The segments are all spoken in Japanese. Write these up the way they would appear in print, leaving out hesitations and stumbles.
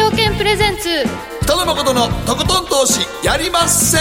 証券プレゼンツ北野誠のとことん投資やりまっせ。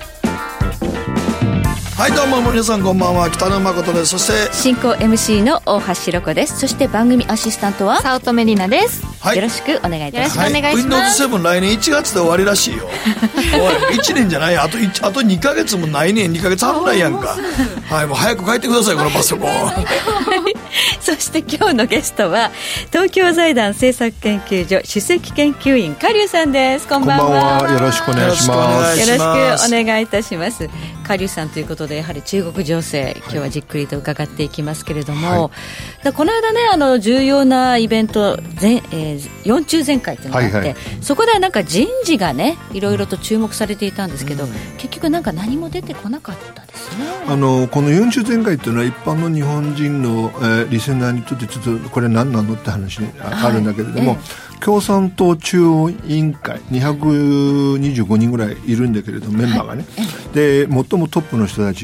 はいどうも皆さんこんばんは、北野誠です。そして進行 MC の大橋ひろ子です。そして番組アシスタントは早乙女里奈です、 はい、 よろしくお願いいたします。 よろしくお願いします、 はい、Windows 7来年1月で終わりらしいよおい1年じゃない、あと2ヶ月もないねん、2ヶ月半ぐらいやんかはい、もう早く帰ってくださいこのパソコンそして今日のゲストは東京財団政策研究所首席研究員加龍さんです。こんばんは。 こんばんは、よろしくお願いします。 よろしくお願いいたします。加龍さんということでやはり中国情勢、今日はじっくりと伺っていきますけれども、はい、この間ね重要なイベント4中全会というのがあって、はいはい、そこではなんか人事がねいろいろと注目されていたんですけど、結局なんか何も出てこなかったですね。 この4中全会というのは一般の日本人の、リスナーにとってちょっとこれ何なのって話にあるんだけれども、共産党中央委員会225人ぐらいいるんだけれどメンバーがね、で最もトップの人たち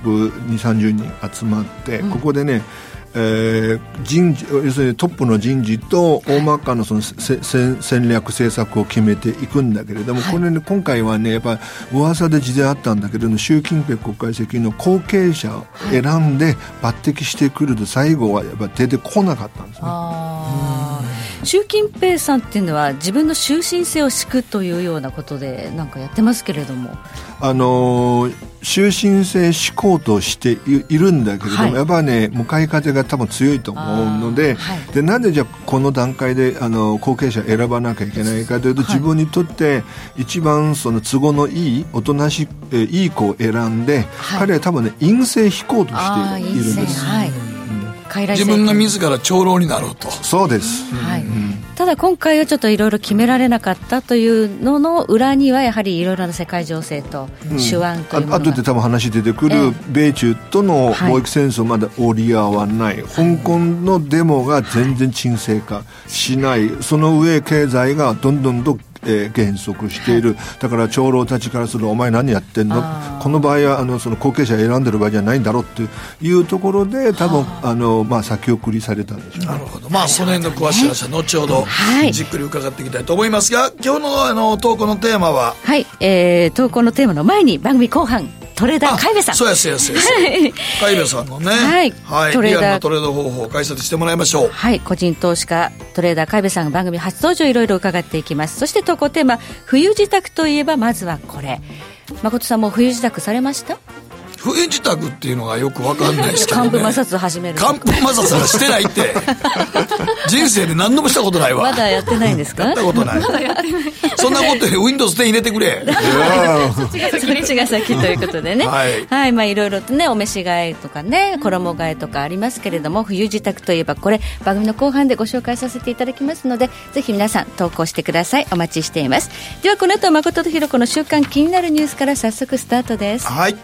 230人集まって、ここでね人事、要するにトップの人事と大まかなその戦略政策を決めていくんだけれども、これね今回はねやっぱり噂で事前あったんだけれども、習近平国家主席の後継者を選んで抜擢してくると最後はやっぱ出てこなかったんですね。 習近平さんっていうのは自分の終身制を敷くというようなことでなんかやってますけれども、 終身制敷こうとしているんだけれども、やっぱりね向かい風が多分強いと思うので、でなんでじゃあこの段階で後継者選ばなきゃいけないかというと、自分にとって一番その都合のいいおとなしい、いい子を選んで、彼は多分ね院政引こうとしているんです。 自分が自ら長老になろうと。 そうです、 ただ今回はちょっといろいろ決められなかったというのの裏にはやはりいろいろな世界情勢と手腕というものが、 後で多分話出てくる米中との貿易戦争まだ折り合わない、香港のデモが全然沈静化しない、その上経済がどんどんと減速している。だから長老たちからするとお前何やってんの、この場合はその後継者選んでる場合じゃないんだろうっていうところで多分先送りされたんでしょうね。 なるほど、その辺の詳しい話は後ほどじっくり伺っていきたいと思いますが、今日の投稿のテーマは、 投稿のテーマの前に番組後半トレーダー海部さん、 そうや海部さんのね、リアルなトレード方法を解説してもらいましょう。 個人投資家トレーダー海部さんが番組初登場、いろいろ伺っていきます。そして投稿テーマ、冬支度といえばまずはこれ、誠さんも冬支度されました？ 冬支度っていうのがよく分かんないですけどね。 寒風摩擦始める。 寒風摩擦はしてないって人生で何度もしたことないわ。 まだやってないんですか？ やったことないそんなことで Windows 10入れてくれそっちが先ということでねいろいろとねお召し替えとかね衣替えとかありますけれども、冬支度といえばこれ番組の後半でご紹介させていただきますので、ぜひ皆さん投稿してください。お待ちしています。ではこの後誠とひろ子の週刊気になるニュースから早速スタートです。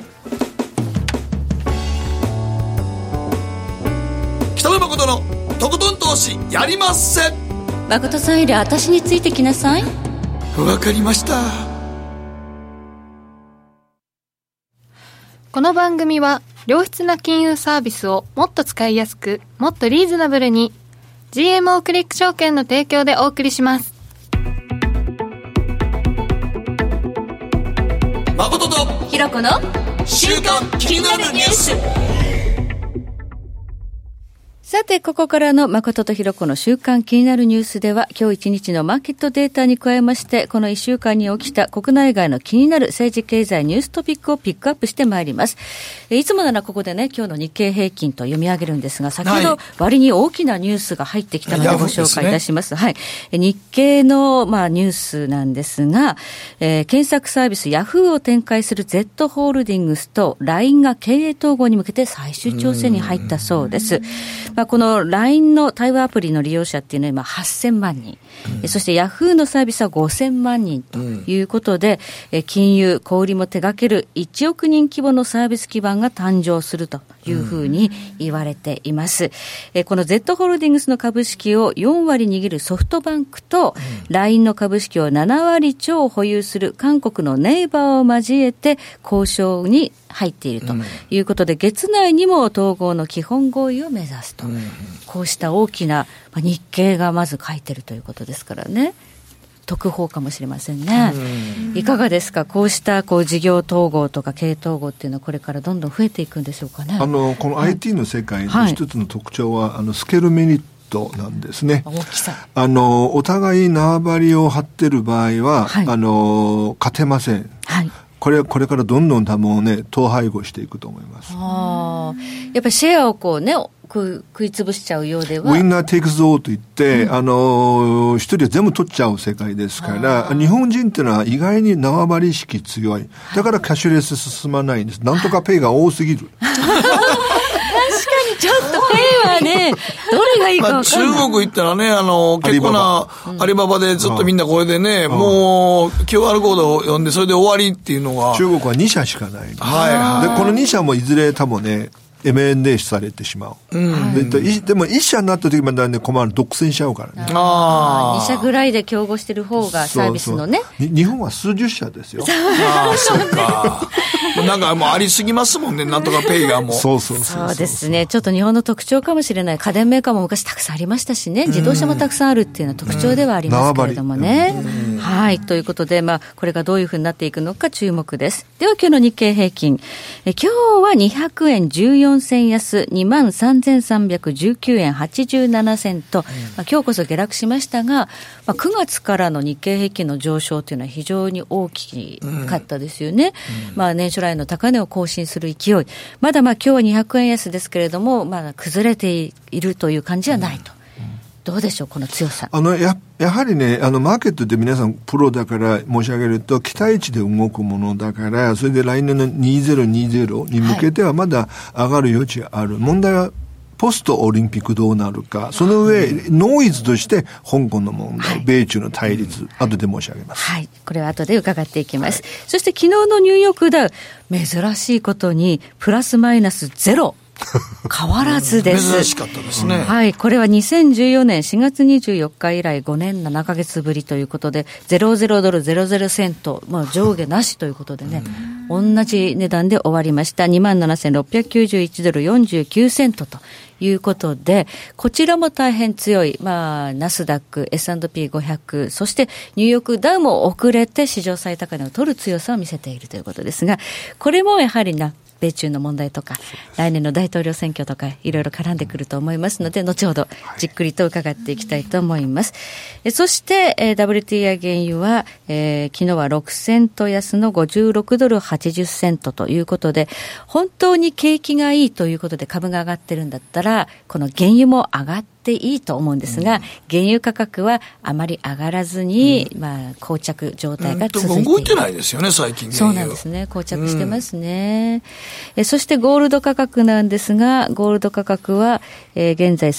北野誠のとことん投資やりまっせ。 誠さんより私についてきなさい。 わかりました。 この番組は良質な金融サービスをもっと使いやすく、もっとリーズナブルに GMO クリック証券の提供でお送りします。 誠とひろ子の週刊気になるニュース。 さてここからの誠とひろ子の週刊気になるニュースでは、今日一日のマーケットデータに加えまして、この1週間に起きた国内外の気になる政治経済ニューストピックをピックアップしてまいります。いつもならここでね今日の日経平均と読み上げるんですが、先ほど割に大きなニュースが入ってきたのでご紹介いたします。日経のニュースなんですが、検索サービスヤフーを展開する Z ホールディングスと LINE が経営統合に向けて最終調整に入ったそうです。この LINE の対話アプリの利用者っていうのは今8000万人、そしてヤフーのサービスは5000万人ということで、金融小売りも手掛ける1億人規模のサービス基盤が誕生するというふうに言われています。この Z ホールディングスの株式を4割握るソフトバンクと LINE の株式を7割超保有する韓国のネイバーを交えて交渉に入っているということで、月内にも統合の基本合意を目指すと、こうした大きな日経がまず書いてるということですからね。 特報かもしれませんね。いかがですか、こうした事業統合とか経営統合っていうのはこれからどんどん増えていくんでしょうかね。 この IT の世界の一つの特徴は、スケールメリットなんですね。 大きさ。 お互い縄張りを張ってる場合は、勝てません。はい。これからどんどん多分ね、統廃合していくと思います。 やっぱりシェアを食い潰しちゃうようでは、 ウィンナーテイクスオーといって、一人は全部取っちゃう世界ですから、日本人っていうのは意外に縄張り意識強い。だからキャッシュレス進まないんです。なんとかペイが多すぎる。 確かにちょっとペイはね、どれがいいか分かんない。 中国行ったらね、結構なアリババでずっとみんなこれでね、もう QR コードを読んでそれで終わりっていうのが。 中国は2社しかない。 はい。 で、この2社もいずれ多分ね、M&A されてしまう。でも一社になった時まではね、困る。独占しちゃうからね。 2社ぐらいで競合してる方がサービスのね。 日本は数十社ですよ。 そうか。なんかもうありすぎますもんね、なんとかペイがもう。 そうですね。ちょっと日本の特徴かもしれない。家電メーカーも昔たくさんありましたしね。自動車もたくさんあるっていうのは特徴ではありますけれどもね。はい。ということで、これがどういうふうになっていくのか注目です。では今日の日経平均。今日は200円14銭安、23,319円87銭と、今日こそ下落しましたが、9月からの日経平均の上昇というのは非常に大きかったですよね。年初来の高値を更新する勢い。まだ今日は200円安ですけれども、崩れているという感じはないと。どうでしょう、この強さ。 やはりね、マーケットで皆さんプロだから申し上げると、期待値で動くものだから、それで来年の2020に向けてはまだ上がる余地がある。問題は、ポストオリンピックどうなるか、その上、ノイズとして香港の問題、米中の対立、後で申し上げます。 はい。これは後で伺っていきます。そして昨日のニューヨークダウ、珍しいことに、プラスマイナスゼロ。変わらずです。 珍しかったですね。 はい。これは2014年4月24日以来5年7ヶ月ぶりということで、00ドル00セント、上下なしということでね、同じ値段で終わりました。27,691ドル49セントということで、こちらも大変強い、ナスダック、S&P500、そしてニューヨークダウも遅れて史上最高値を取る強さを見せているということですが、これもやはり米中の問題とか来年の大統領選挙とかいろいろ絡んでくると思いますので、後ほどじっくりと伺っていきたいと思います。そして、WTI 原油は、昨日は6セント安の56ドル80セントということで、本当に景気がいいということで株が上がってるんだったら、この原油も上がっていいと思うんですが、原油価格はあまり上がらずに、膠着状態が続いている。 動いてないですよね、最近。 そうなんですね。膠着してますね。そしてゴールド価格なんですが、ゴールド価格は、現在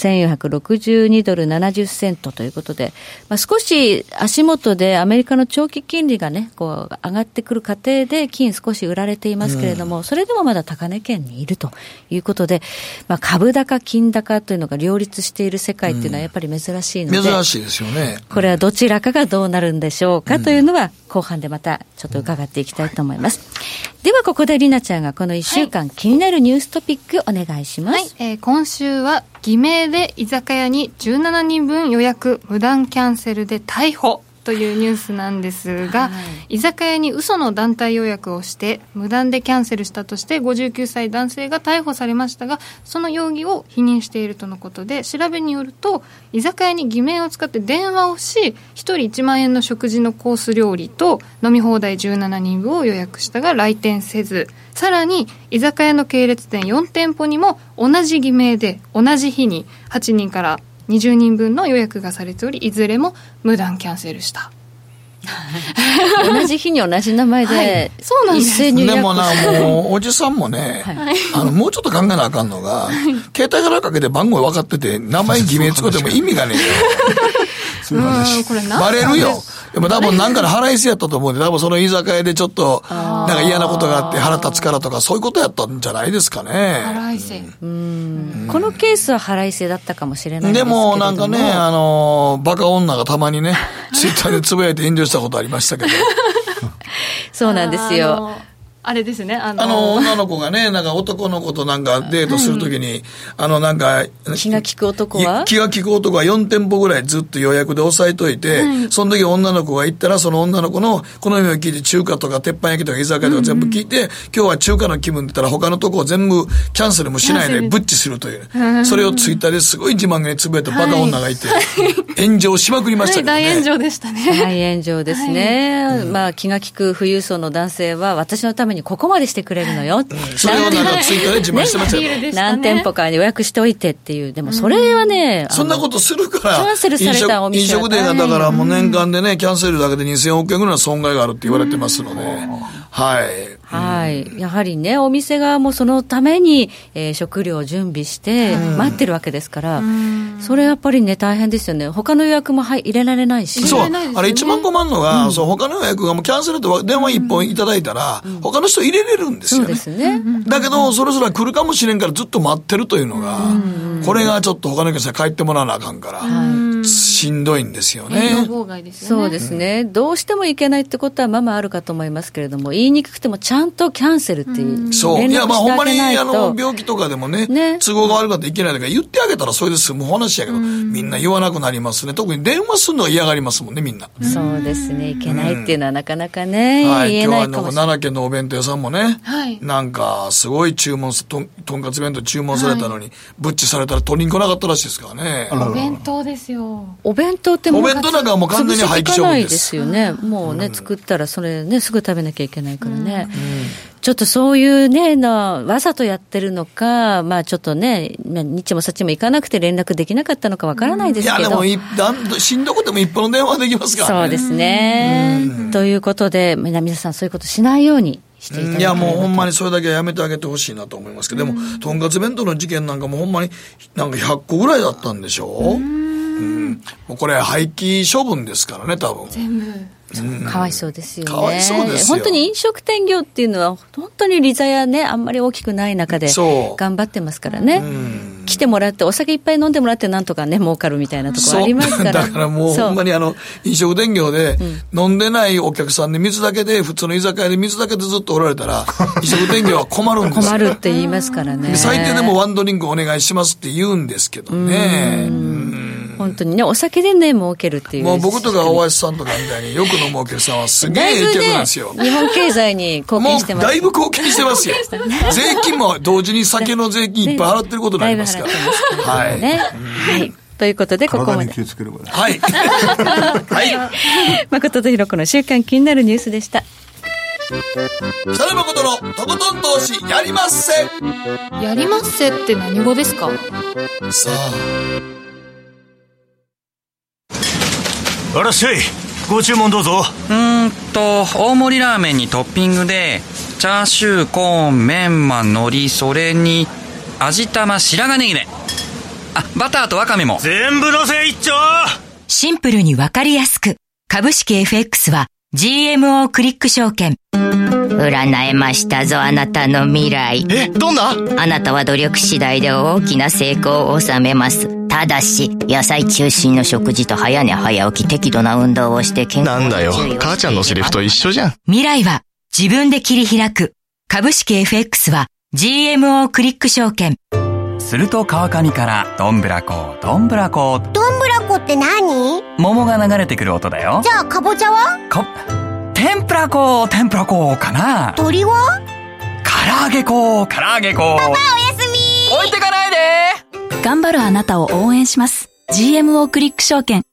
1462ドル70セントということで、少し足元でアメリカの長期金利がね、上がってくる過程で金少し売られていますけれども、それでもまだ高値圏にいるということで、株高金高というのが両立している世界っていうのはやっぱり珍しいので、 珍しいですよね。 これはどちらかがどうなるんでしょうかというのは後半でまたちょっと伺っていきたいと思います。ではここでりなちゃんがこの1週間気になるニューストピックお願いします。 今週は偽名で居酒屋に17人分予約無断キャンセルで逮捕というニュースなんですが、居酒屋に嘘の団体予約をして無断でキャンセルしたとして59歳男性が逮捕されましたが、その容疑を否認しているとのことで、調べによると居酒屋に偽名を使って電話をし、1人1万円の食事のコース料理と飲み放題17人分を予約したが来店せず、さらに居酒屋の系列店4店舗にも同じ偽名で同じ日に8人から20人分の予約がされており、いずれも無断キャンセルした同じ日に同じ名前で一斉に予約した。 でももうおじさんもね、もうちょっと考えなあかんのが、携帯からかけて番号分かってて名前偽名作っても意味がねえよ。そういう話バレるよ。でも多分なんかの腹いせやったと思うんで、多分その居酒屋でちょっとなんか嫌なことがあって腹立つからとかそういうことやったんじゃないですかね。 腹いせ。 このケースは腹いせだったかもしれないですけれども。 でもなんかね、バカ女がたまにね、ツイッターでつぶやいて炎上したことありましたけど。 そうなんですよ。 あれですね、 女の子がね、なんか男の子となんかデートするときに、なんか、 気が利く男は 4店舗ぐらいずっと予約で押さえといて、その時女の子が行ったら、その女の子の好みを聞いて、中華とか鉄板焼きとか居酒屋とか全部聞いて、今日は中華の気分って言ったら他のとこを全部キャンセルもしないでブッチするという。それをツイッターですごい自慢げにつぶやいたバカ女がいて、炎上しまくりましたけどね。 大炎上でしたね。 大炎上ですね。まあ気が利く富裕層の男性は私のためにここまでしてくれるのよ。 それをなんかツイッターで自慢してましたよ。 何店舗か予約しておいてっていう。でもそれはね、 そんなことするから、 キャンセルされたお店飲食店がだからもう年間でね、キャンセルだけで2000億円ぐらいの損害があるって言われてますので、はい。 はい。やはりね、お店側もそのために、食料を準備して待ってるわけですから、それやっぱりね、大変ですよね。他の予約も入れられないし。 そう。あれ一番困るのが、そう、他の予約がもうキャンセルと電話一本いただいたら、他の人入れれるんですよね。 そうですね。 だけど、それぞれ来るかもしれんからずっと待ってるというのが、これがちょっと他の人に帰ってもらわなあかんから、しんどいんですよね。 そうですね。どうしてもいけないってことはまあまああるかと思いますけれども、言いにくくてもちゃんとキャンセルっていう。 そう。いや、まあほんまに病気とかでもね、都合が悪かったらいけないとか言ってあげたらそれで済む話やけど、みんな言わなくなりますね。特に電話するのが嫌がりますもんね、みんんな。 そうですね、いけないっていうのはなかなかね、 はい、 言えないかもしれない。 今日は奈良県のお弁当屋さんもね、はい、なんかすごい注文とんかつ弁当注文されたのに、はい、ブッチされたら取りに来なかったらしいですからね。 お弁当ですよ。 お弁当ってもうお弁当なんかもう完全に廃棄処分です。 ですよね。もうね、作ったらそれねすぐ食べなきゃいけないからね。ちょっとそういうねわざとやってるのか、まあちょっとね日もさっちも行かなくて連絡できなかったのかわからないですけど。 いやでもしんどくても一本の電話できますからね。 そうですね。ということで皆さんそういうことしないようにしていただきたい。 いやもうほんまにそれだけはやめてあげてほしいなと思いますけど、でもとんかつ弁当の事件なんかもほんまになんか100個ぐらいだったんでしょ。もうこれ廃棄処分ですからね多分。 全部。 かわいそうですよね。 かわいそうですよ。 本当に飲食店業っていうのは本当に利ざやねあんまり大きくない中で頑張ってますからね。来てもらってお酒いっぱい飲んでもらってなんとかね儲かるみたいなところありますから。 だからもうほんまに飲食店業で飲んでないお客さんで水だけで普通の居酒屋で水だけでずっとおられたら飲食店業は困るんですよ。 困るって言いますからね。 最低でもワンドリンクお願いしますって言うんですけどね。 本当にねお酒でね儲けるっていう。もう僕とか大橋さんとかみたいによく飲むお客さんはすげえいい客なんですよ。 日本経済に貢献してます。 もうだいぶ貢献してますよ。税金も同時に酒の税金いっぱい払ってることになりますから。 はい。はい。ということでここまで。 気をつけること。 はい。はい。 誠とひろ子の週刊気になるニュースでした。 北野誠のとことん投資やりまっせ。 やりまっせって何語ですか。 さあ。 あらっしゃい、ご注文どうぞ。 大盛りラーメンにトッピングでチャーシュー、コーン、メンマ、海苔、それに味玉、白髪ネギね。あ、バターとワカメも全部のせ一丁。 シンプルにわかりやすく、株式 FX は GMO クリック証券。占えましたぞ、あなたの未来。 どんな？ あなたは努力次第で大きな成功を収めます。ただし野菜中心の食事と早寝早起き、適度な運動をして健康に注意をして。 なんだよ、母ちゃんのセリフと一緒じゃん。 未来は自分で切り開く。株式 FX は GMO クリック証券。 すると川上からどんぶらこどんぶらこ。 どんぶらこって何？ 桃が流れてくる音だよ。 じゃあかぼちゃは？ 天ぷらこ天ぷらこかな。 鳥は？ 唐揚げこ唐揚げこ。 パパおやすみ。 置いてかないで。 頑張るあなたを応援します。 GMO クリック証券。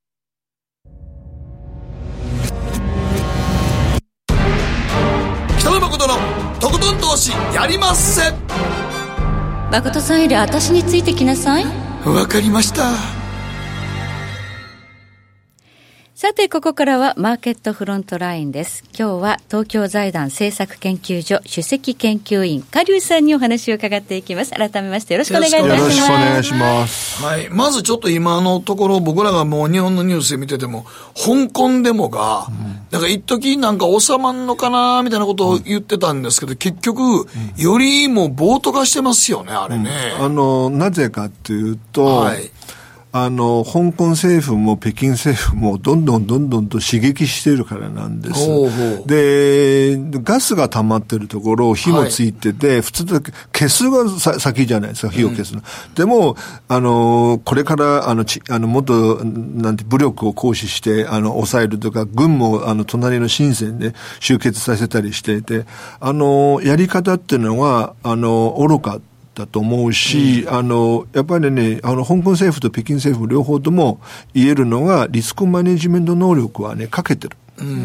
北野誠のとことん投資やりまっせ。 誠さんより私についてきなさい。 わかりました。 さてここからはマーケットフロントラインです。今日は東京財団政策研究所首席研究員加龍さんにお話を伺っていきます。改めましてよろしくお願いいたします。 よろしくお願いします。 はい、まずちょっと今のところ僕らがもう日本のニュースで見てても香港デモが、なんか一時なんか収まんのかなみたいなことを言ってたんですけど、結局よりも暴徒化してますよねあれね。 なぜかというと、はい、 香港政府も北京政府もどんどんと刺激しているからなんです。で、ガスが溜まってるところ、火もついてて、普通だけ消すが先じゃないですか、火を消すの。でも、これから、もっと、武力を行使して、抑えるとか、軍も、隣の深センで集結させたりしていて、やり方っていうのは、愚かだと思うし、やっぱりね、香港政府と北京政府両方とも言えるのが、リスクマネジメント能力はね、欠けてる。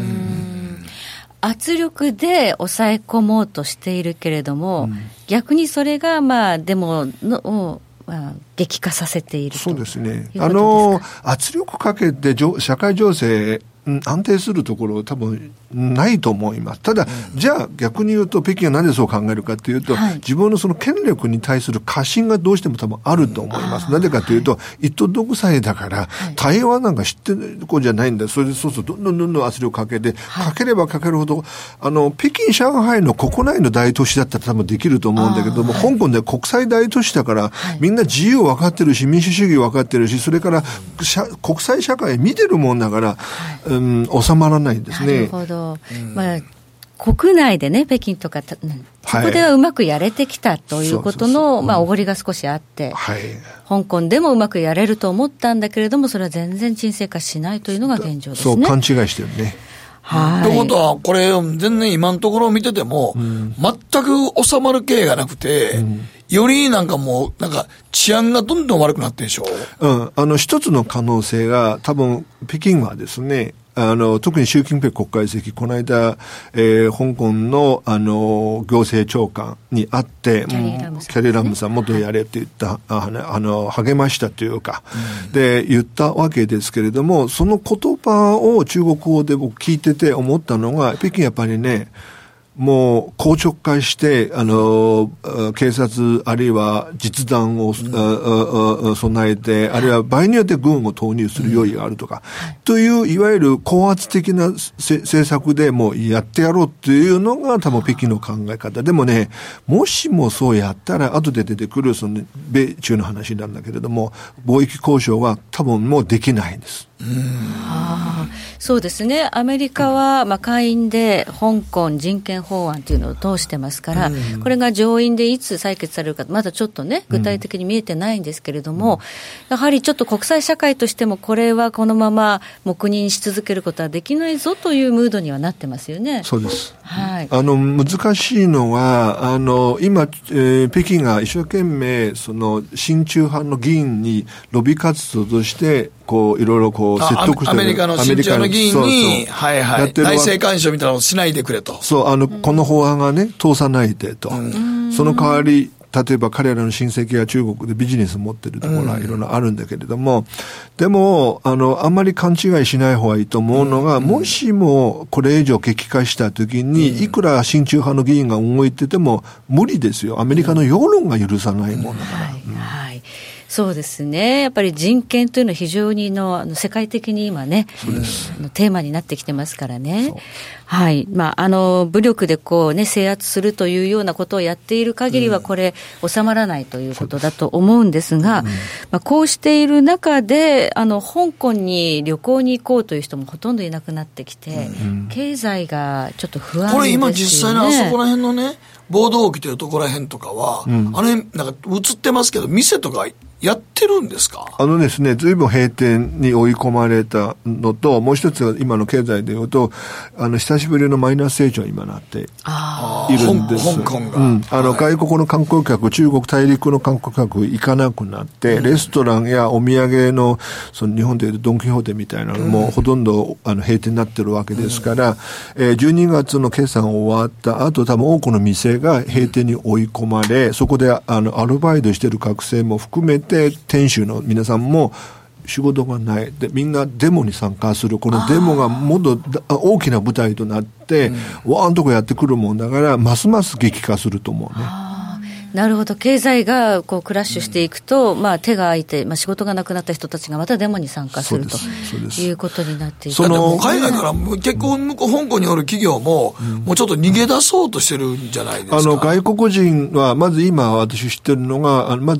圧力で抑え込もうとしているけれども、逆にそれが、デモを、激化させていると。 そうですね。圧力かけて社会情勢安定するところ多分ないと思います。ただ、じゃあ逆に言うと北京は何でそう考えるかというと、自分のその権力に対する過信がどうしても多分あると思います。なぜかというと、一党独裁だから、台湾なんか知ってる子じゃないんだ。それでそうするとどんどん圧力かけて、かければかけるほど、北京、上海の国内の大都市だったら多分できると思うんだけども、香港で国際大都市だから、みんな自由分かってるし、民主主義分かってるし、それから国際社会見てるもんだから、収まらないんですね。 なるほど。国内でね、北京とか、そこではうまくやれてきたということの、おごりが少しあって、香港でもうまくやれると思ったんだけれども、それは全然沈静化しないというのが現状ですね。 そう、勘違いしてるね。 ということは、これ、全然今のところ見てても、全く収まる気がなくて、よりなんかもう、治安がどんどん悪くなってるでしょ。 一つの可能性が、多分、北京はですね、特に習近平国家主席、この間、香港の、行政長官に会って、キャリー・ラムさん、もっとやれって言った、励ましたというか、で、言ったわけですけれども、その言葉を中国語で僕聞いてて思ったのが、北京やっぱりね、もう硬直化して、警察あるいは実弾を、備えて、あるいは場合によって軍を投入する用意があるとか、という、いわゆる高圧的な政策でもうやってやろうっていうのが多分北京の考え方。でもね、もしもそうやったら、後で出てくるその米中の話なんだけれども、貿易交渉は多分もうできないんです。 そうですね。アメリカは下院で香港人権法案というのを通してますから、これが上院でいつ採決されるかまだちょっとね具体的に見えてないんですけれども、やはりちょっと国際社会としてもこれはこのまま黙認し続けることはできないぞというムードにはなってますよね。 そうです。難しいのは今、北京が一生懸命その親中派の議員にロビー活動としていろいろ説得してアメリカの親中の議員に内政干渉みたいなのをしないでくれと。 この法案がね通さないでと、その代わり例えば彼らの親戚が中国でビジネス持ってるところはいろいろあるんだけれども、でもあんまり勘違いしない方がいいと思うのが、もしもこれ以上激化したときに、いくら親中派の議員が動いてても無理ですよ。アメリカの世論が許さないもんだから。 そうですね。やっぱり人権というのは非常に世界的に今ね、テーマになってきてますからね。はい。武力で制圧するというようなことをやっている限りはこれ収まらないということだと思うんですが、こうしている中で香港に旅行に行こうという人もほとんどいなくなってきて、経済がちょっと不安ですよね。 これ今実際にあそこら辺のね、暴動起きてるところら辺とかは、なんか映ってますけど、店とかやってるんですか？ ですね、随分閉店に追い込まれたのと、もう一つは今の経済でいうと、久しぶりのマイナス成長に今なっているんです。 香港が。 外国の観光客、中国大陸の観光客行かなくなって、レストランやお土産の、日本でいうドンキホーテみたいなのもほとんど閉店になってるわけですから、12月の決算終わった後、多分多くの店が閉店に追い込まれ、そこでアルバイトしてる学生も含めて店主の皆さんも仕事がないで、みんなデモに参加する。このデモがもっと大きな舞台となってワーンとやってくるもんだから、ますます激化すると思うね。 なるほど。経済がクラッシュしていくと、手が空いて、仕事がなくなった人たちがまたデモに参加するということになっていく。 海外から結構香港におる企業も、もうちょっと逃げ出そうとしてるんじゃないですか。 外国人はまず今私知ってるのが、まず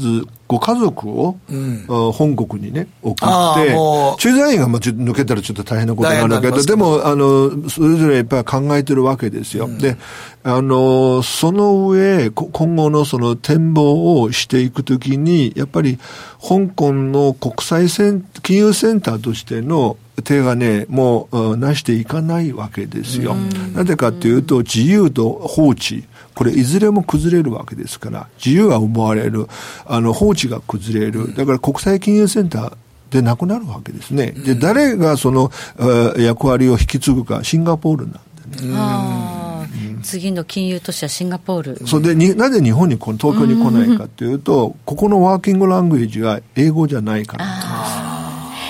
ご家族を、本国にね、送って、駐在員が抜けたらちょっと大変なことになるんだけど、でも、それぞれやっぱり考えてるわけですよ。で、その上、今後のその展望をしていくときに、やっぱり、香港の国際金融センターとしての手がね、もう、なしていかないわけですよ。なぜかというと、自由と法治、これいずれも崩れるわけですから、自由が奪われる、法治が崩れる。だから国際金融センターでなくなるわけですね。で、誰がその役割を引き継ぐか、シンガポールなんでね。 次の金融都市はシンガポール。 そうで、なぜ日本に東京に来ないかというと、ここのワーキングラングエージが英語じゃないからなんです。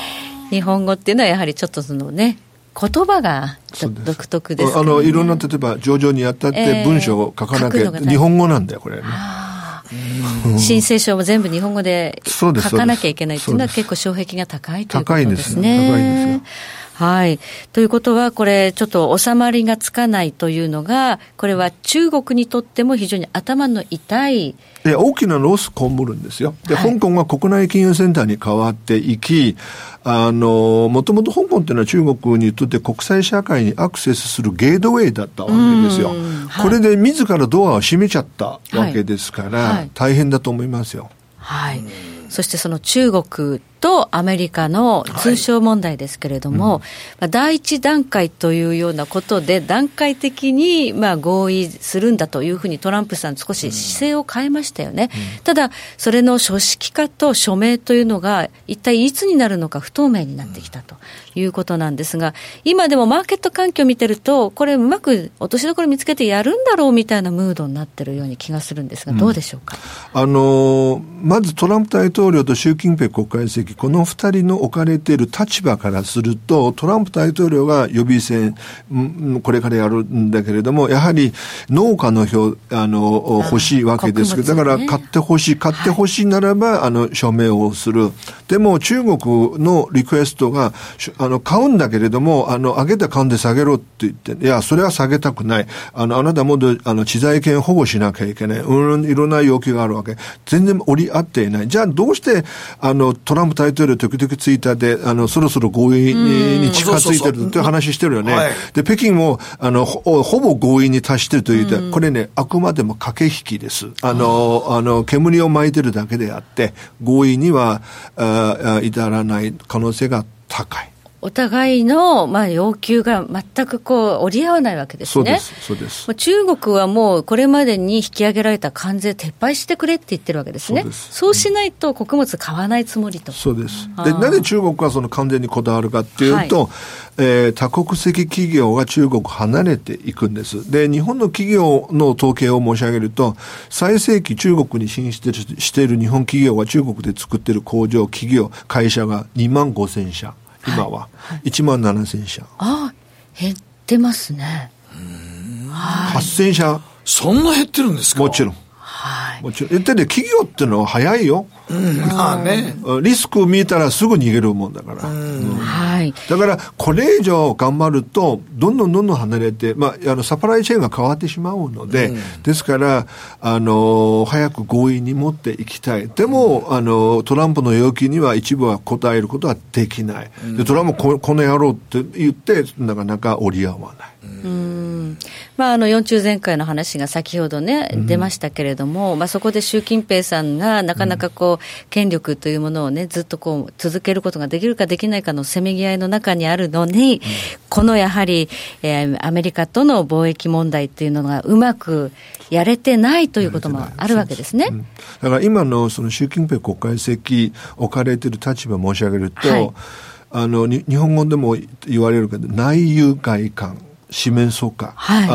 日本語っていうのはやはりちょっとそのね、言葉が独特ですからね。 いろんな、例えば上場にあたって文章を書かなきゃ、日本語なんだよ、これね。 申請書も全部日本語で書かなきゃいけないっていうのは結構障壁が高いということですね。 高いですよ。 はい。ということは、これ、ちょっと収まりがつかないというのが、これは中国にとっても非常に頭の痛い。 で、大きなロス被るんですよ。で、香港が国内金融センターに変わっていき、もともと香港っていうのは中国にとって国際社会にアクセスするゲートウェイだったわけですよ。これで自らドアを閉めちゃったわけですから、大変だと思いますよ。 はい。そしてその中国とアメリカの通商問題ですけれども、第一段階というようなことで段階的に合意するんだというふうにトランプさん少し姿勢を変えましたよね。ただそれの書式化と署名というのが一体いつになるのか不透明になってきたということなんですが、今でもマーケット環境を見てるとこれうまく落としどころ見つけてやるんだろうみたいなムードになってるように気がするんですが、どうでしょうか。 まずトランプ大統領と習近平国家主席、この二人の置かれている立場からすると、トランプ大統領が予備選、これからやるんだけれども、やはり農家の票、欲しいわけですけど、だから買って欲しいならば、署名をする。でも中国のリクエストが、買うんだけれども、上げた買うんで下げろって言って、いや、それは下げたくない。あなたも知財権保護しなきゃいけない。いろんな要求があるわけ。全然折り合っていない。じゃあどうして、トランプ大統領時々ツイッターで、そろそろ合意に近づいてるという話してるよね。で、北京も、ほぼ合意に達してると言って、これね、あくまでも駆け引きです。煙を撒いてるだけであって、合意には、至らない可能性が高い。 お互いの要求が全く折り合わないわけですね。 そうです。 中国はもうこれまでに引き上げられた関税撤廃してくれって言ってるわけですね。そうしないと穀物買わないつもりと。 そうです。で、なぜ中国はその関税にこだわるかっていうと、多国籍企業が中国離れていくんです。で、日本の企業の統計を申し上げると、最盛期中国に進出している日本企業が中国で作っている工場、企業、会社が25,000社。今は17,000社。 減ってますね。 8,000社。 そんな減ってるんですか？ もちろん。もちろん。言ってね、企業ってのは早いよ。リスクを見えたらすぐ逃げるもんだから。だから、これ以上頑張ると、どんどん離れて、サプライチェーンが変わってしまうので、ですから、早く合意に持っていきたい。でも、トランプの要求には一部は応えることはできない。でトランプこの野郎って言って、なかなか折り合わない。 4中全会の話が先ほどね、出ましたけれども、そこで習近平さんがなかなか権力というものをね、ずっと続けることができるかできないかのせめぎ合いの中にあるのに、このやはり、アメリカとの貿易問題というのがうまくやれてないということもあるわけですね。 だから今のその習近平国家主席置かれている立場を申し上げると、日本語でも言われるけど、内憂外患。四面楚歌、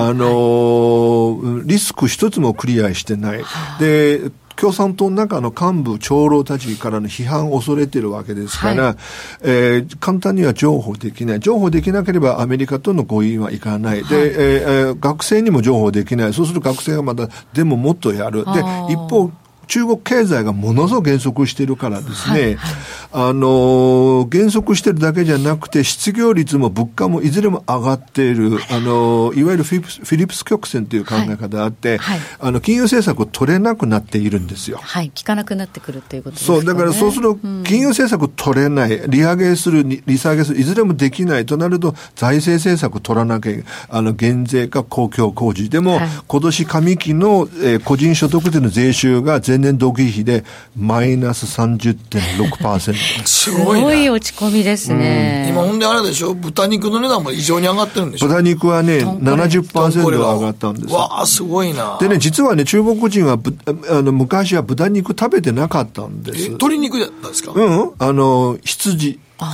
リスク一つもクリアしてない。で、共産党の中の幹部、長老たちからの批判を恐れているわけですから、簡単には譲歩できない。譲歩できなければアメリカとの合意はいかない。で、学生にも譲歩できない。そうすると学生がまた、でももっとやる。で、一方、 中国経済がものすごく減速しているからですね、減速しているだけじゃなくて失業率も物価もいずれも上がっている、いわゆるフィリップス曲線という考え方があって、金融政策を取れなくなっているんですよ。 効かなくなってくるということですかね。 そう、だからそうすると金融政策を取れない、利上げする、利下げする、いずれもできないとなると財政政策を取らなきゃ、減税か公共工事でも、今年上期の、個人所得税の税収が前年同期比でマイナス 30.6%。 すごいな。 すごい落ち込みですね。 今ほんであれでしょ、豚肉の値段も異常に上がってるんでしょ。 豚肉はね 70% 上がったんですよ。 わあすごいな。 でね、実はね、中国人は昔は豚肉食べてなかったんです。 鶏肉だったんですか。 羊。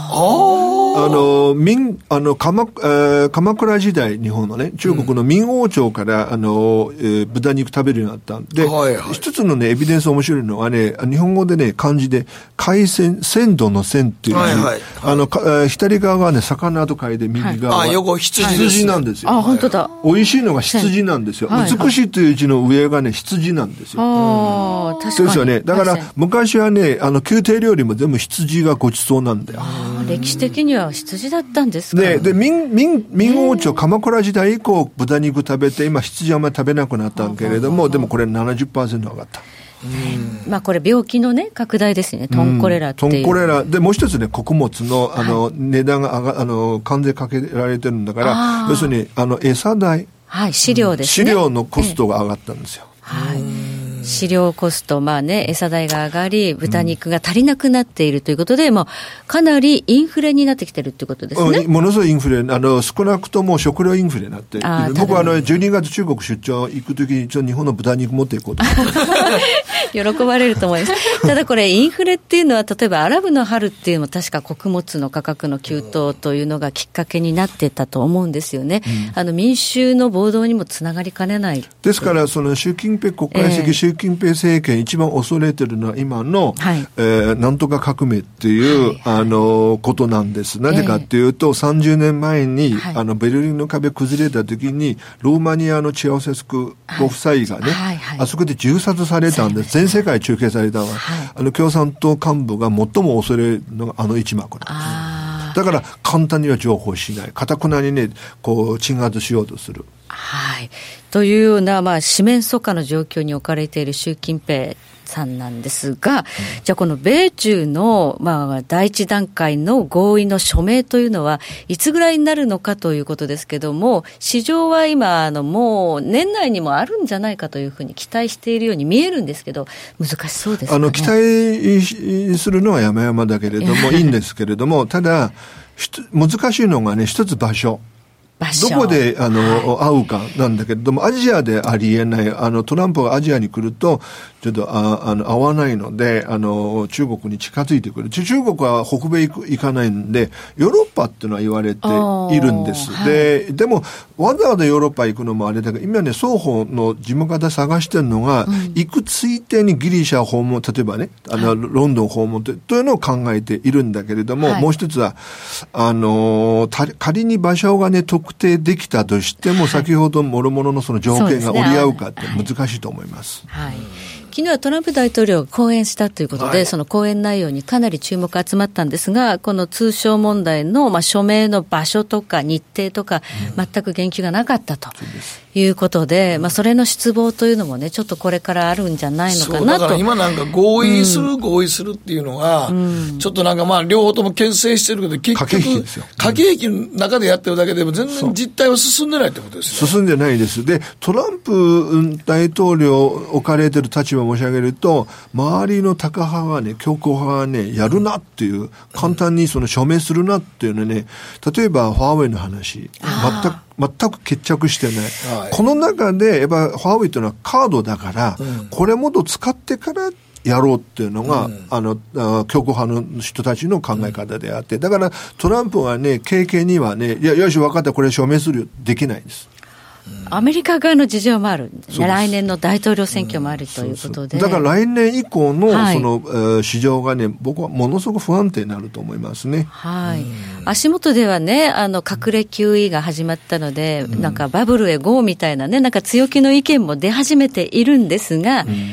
鎌倉時代、日本のね、中国の明王朝から、豚肉食べるようになったんで、一つのね、エビデンス面白いのはね、日本語でね、漢字で、海鮮、鮮度の鮮っていう字、左側がね、魚と書いて、右側は、 横羊なんですよ。 本当だ。 美味しいのが羊なんですよ。美しいという字の上がね、羊なんですよ。 確かに。 ですよね。だから、昔はね、宮廷料理も全部羊がごちそうなんだよ。 歴史的には羊だったんですか。 で、明王朝、鎌倉時代以降、豚肉食べて、今、羊あんまり食べなくなったけれども、でもこれ 70% 上がった。 これ病気のね、拡大ですね。トンコレラっていう。 トンコレラ。で、もう一つね、穀物の、値段が関税かけられてるんだから、要するに、餌代。 飼料ですね。 飼料のコストが上がったんですよ。 飼料コスト、餌代が上がり、豚肉が足りなくなっているということで、かなりインフレになってきてるということですね。 ものすごいインフレ、少なくとも食料インフレになっている。僕は12月中国出張行くときに、日本の豚肉持っていこうと思って。 喜ばれると思います。ただこれ、インフレっていうのは、例えばアラブの春っていうのも確か穀物の価格の急騰というのがきっかけになってたと思うんですよね。民衆の暴動にもつながりかねない。 ですから、習近平国家主義、習近平政権一番恐れてるのは今の、なんとか革命っていう、ことなんです。なぜかっていうと、30年前に、ベルリンの壁崩れた時に、ローマニアのチェアオセスクご夫妻がね、あそこで銃殺されたんです。全世界中継されたのは、共産党幹部が最も恐れるのが一幕なんです。だから簡単には譲歩しない。堅くなにね、鎮圧しようとする。 というような、四面楚歌の状況に置かれている習近平さんなんですが、じゃあこの米中の、第一段階の合意の署名というのはいつぐらいになるのかということですけども、市場は今もう年内にもあるんじゃないかというふうに期待しているように見えるんですけど、難しそうですかね。 期待するのは山々だけれどもいいんですけれども、ただ難しいのがね、一つ場所。どこで会うかなんだけれども、アジアでありえない、トランプがアジアに来るとちょっと合わないので、中国に近づいてくる。中国は北米行かないんで、ヨーロッパっていうのは言われているんです。でもわざわざヨーロッパ行くのもあれだけど、今ね、双方の事務方探してるのが、行くついでにギリシャ訪問、例えばね、ロンドン訪問というのを考えているんだけれども、もう一つは仮に場所がね特定できたとしても、先ほど諸々のその条件が折り合うかって難しいと思います。 昨日はトランプ大統領が講演したということで、その講演内容にかなり注目が集まったんですが、この通商問題の署名の場所とか日程とか、全く言及がなかったということで、それの失望というのもね、ちょっとこれからあるんじゃないのかなと。 だから今なんか合意するっていうのが、ちょっとなんか両方とも牽制してるけど、結局駆け引きの中でやってるだけでも全然実態は進んでないってことですよね。 進んでないです。で、トランプ大統領置かれてる立場申し上げると、周りのタカ派がね、強硬派がね、やるなっていう、簡単にその署名するなっていうのね、例えばファーウェイの話、全く決着してない。この中で、やっぱファーウェイというのはカードだから、これもっと使ってからやろうっていうのが、強硬派の人たちの考え方であって、だからトランプはね、経験にはね、よし分かった、これ署名するよ、できないです。 アメリカ側の事情もあるんですね。来年の大統領選挙もあるということで。 だから来年以降のその、市場がね、僕はものすごく不安定になると思いますね。 足元ではね、隠れ QE が始まったので、なんかバブルへ GO みたいなね、なんか強気の意見も出始めているんですが、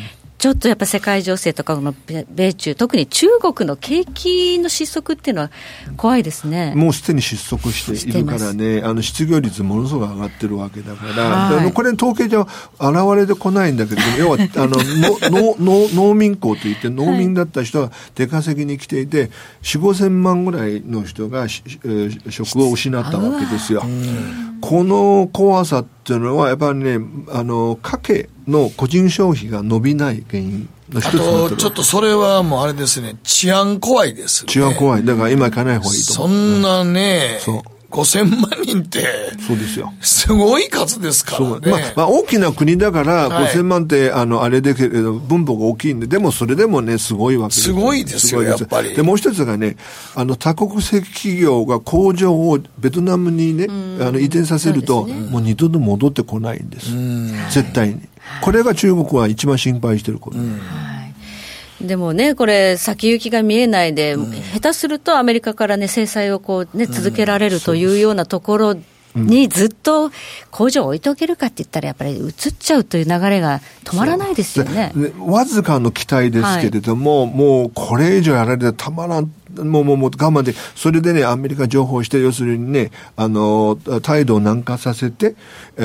ちょっとやっぱ世界情勢とかの米中、特に中国の景気の失速っていうのは怖いですね。 もうすでに失速しているからね、失業率ものすごく上がってるわけだから、これ統計じゃ現れてこないんだけど、要は農民工といって農民だった人が出稼ぎに来ていて、4、5千万ぐらいの人が職を失ったわけですよ。この怖さっていうのはやっぱりね、家計の個人消費が伸びない原因の一つになってる。 あとちょっとそれはもうあれですね、治安怖いですね。 治安怖い。だから今行かない方がいいと思う。 そんなね、5000万人ってそうですよ。 すごい数ですからね。 大きな国だから5000万ってあれだけど分母が大きいんで、でもそれでもねすごいわけです。 すごいですよやっぱり。 でもう一つがね、多国籍企業が工場をベトナムにね移転させると、もう二度と戻ってこないんです。絶対に。これが中国は一番心配してること。 でもね、これ先行きが見えないで、下手するとアメリカからね制裁をこうね続けられるというようなところにずっと工場を置いておけるかって言ったらやっぱり移っちゃうという流れが止まらないですよね。 わずかの期待ですけれども、もうこれ以上やられたらたまらん。もう我慢で、それでね、アメリカ情報して、要するにね、態度を軟化させて、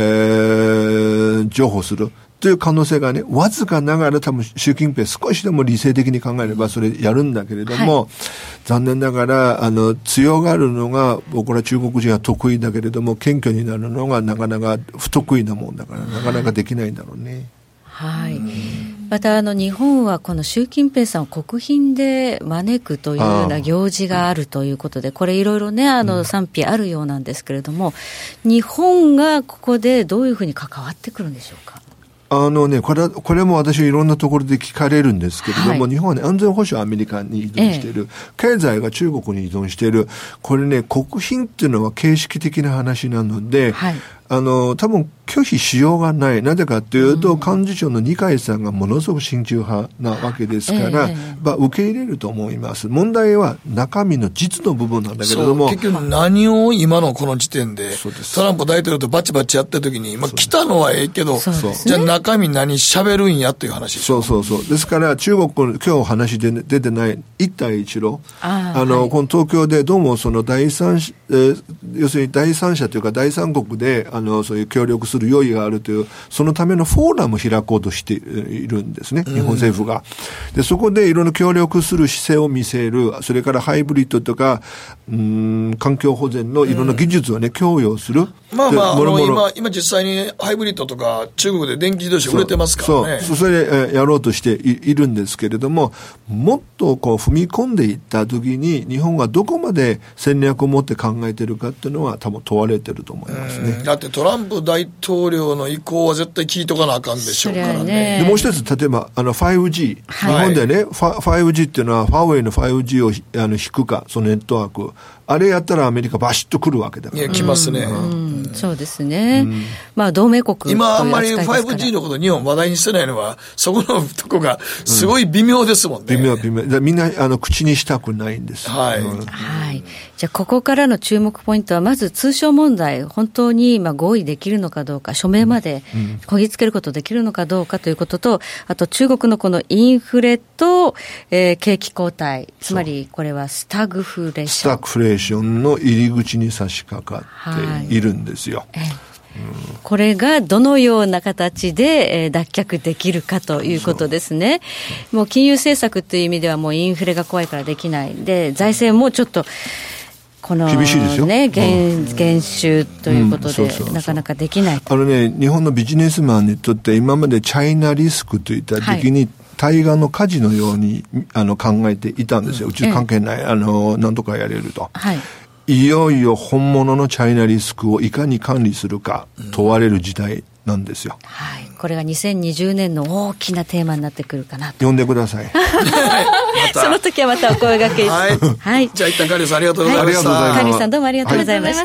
情報する。という可能性がね、わずかながら多分習近平少しでも理性的に考えればそれやるんだけれども、残念ながら、強がるのが僕ら中国人は得意だけれども、謙虚になるのがなかなか不得意なもんだから、なかなかできないんだろうね。 はい。また日本はこの習近平さんを国賓で招くというような行事があるということで、これいろいろね賛否あるようなんですけれども、日本がここでどういうふうに関わってくるんでしょうか。 これも私いろんなところで聞かれるんですけれども、日本はね、安全保障はアメリカに依存している、経済が中国に依存している。これね、国賓っていうのは形式的な話なので、多分拒否しようがない。なぜかというと、幹事長の二階さんがものすごく親中派なわけですから、受け入れると思います。問題は中身の実の部分なんだけれども。 結局何を今のこの時点で、トランプ大統領とバチバチやった時に、来たのはええけど、じゃあ中身何喋るんやという話でしょ。 そう。ですから中国、今日話で出てない一帯一路。この東京でどうもその要するに第三者というか第三国で、そういう協力する用意があるという、そのためのフォーラムを開こうとしているんですね、日本政府が。で、そこでいろいろ協力する姿勢を見せる、それからハイブリッドとか、環境保全のいろんな技術をね、供与する。 今実際にハイブリッドとか中国で電気自動車売れてますからね。 それでやろうとしているんですけれども、もっとこう踏み込んでいったときに、日本がどこまで戦略を持って考えているかっていうのは多分問われてると思いますね。 だってトランプ大統領の意向は絶対聞いとかなあかんでしょうからね。 でもう一つ、例えば5G、日本でね、5G っていうのはファーウェイの 5G を引くか、そのネットワーク、あれやったらアメリカバシッと来るわけだから。 いや、来ますね。 そうですね。同盟国。 今あんまり 5G のこと日本話題にしてないのは、そこのとこがすごい微妙ですもんね。 微妙。みんな口にしたくないんです。 はい。じゃあここからの注目ポイントは、まず通商問題、本当に合意できるのかどうか、署名までこぎつけることできるのかどうかということと、あと中国のこのインフレと、景気後退、つまりこれはスタグフレーションの入り口に差し掛かっているんですよ。 これがどのような形で脱却できるかということですね。もう金融政策という意味ではもうインフレが怖いからできないで、財政もちょっとこの厳しいですよ、 減収ということでなかなかできない。 日本のビジネスマンにとって今までチャイナリスクといった時に、対岸の火事のように考えていたんですよ。うち関係ない、なんとかやれると。いよいよ本物のチャイナリスクをいかに管理するか問われる時代なんですよ。 これが2020年の大きなテーマになってくるかなと。 呼んでください。 その時はまたお声掛けじゃあ一旦カリーさんありがとうございました。 カリーさんどうもありがとうございました。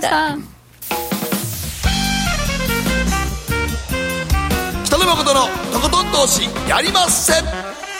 北野誠のとことん投資やりません。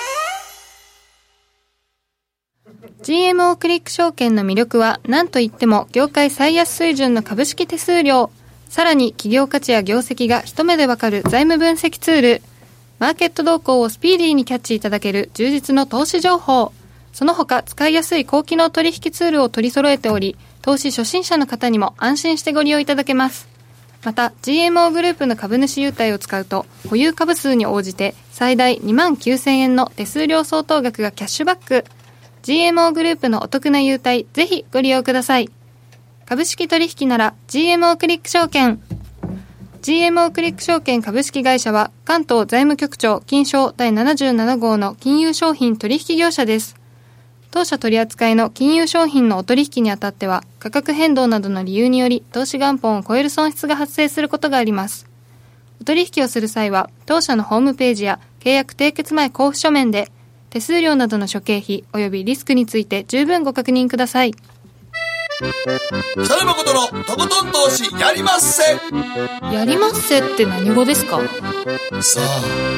GMO クリック証券の魅力は何といっても業界最安水準の株式手数料、さらに企業価値や業績が一目でわかる財務分析ツール、 マーケット動向をスピーディーにキャッチいただける充実の投資情報、その他使いやすい高機能取引ツールを取り揃えており、投資初心者の方にも安心してご利用いただけます。また GMO グループの株主優待を使うと保有株数に応じて最大29,000円の手数料相当額がキャッシュバック。 GMO グループのお得な優待、ぜひご利用ください。株式取引なら GMO クリック証券。 GMO クリック証券株式会社は関東財務局長金商第77号の金融商品取引業者です。当社取扱いの金融商品のお取引にあたっては価格変動などの理由により投資元本を超える損失が発生することがあります。お取引をする際は当社のホームページや契約締結前交付書面で手数料などの諸経費及びリスクについて十分ご確認ください。 北野誠のとことん投資やりまっせ。 やりまっせって何語ですか？ さあ、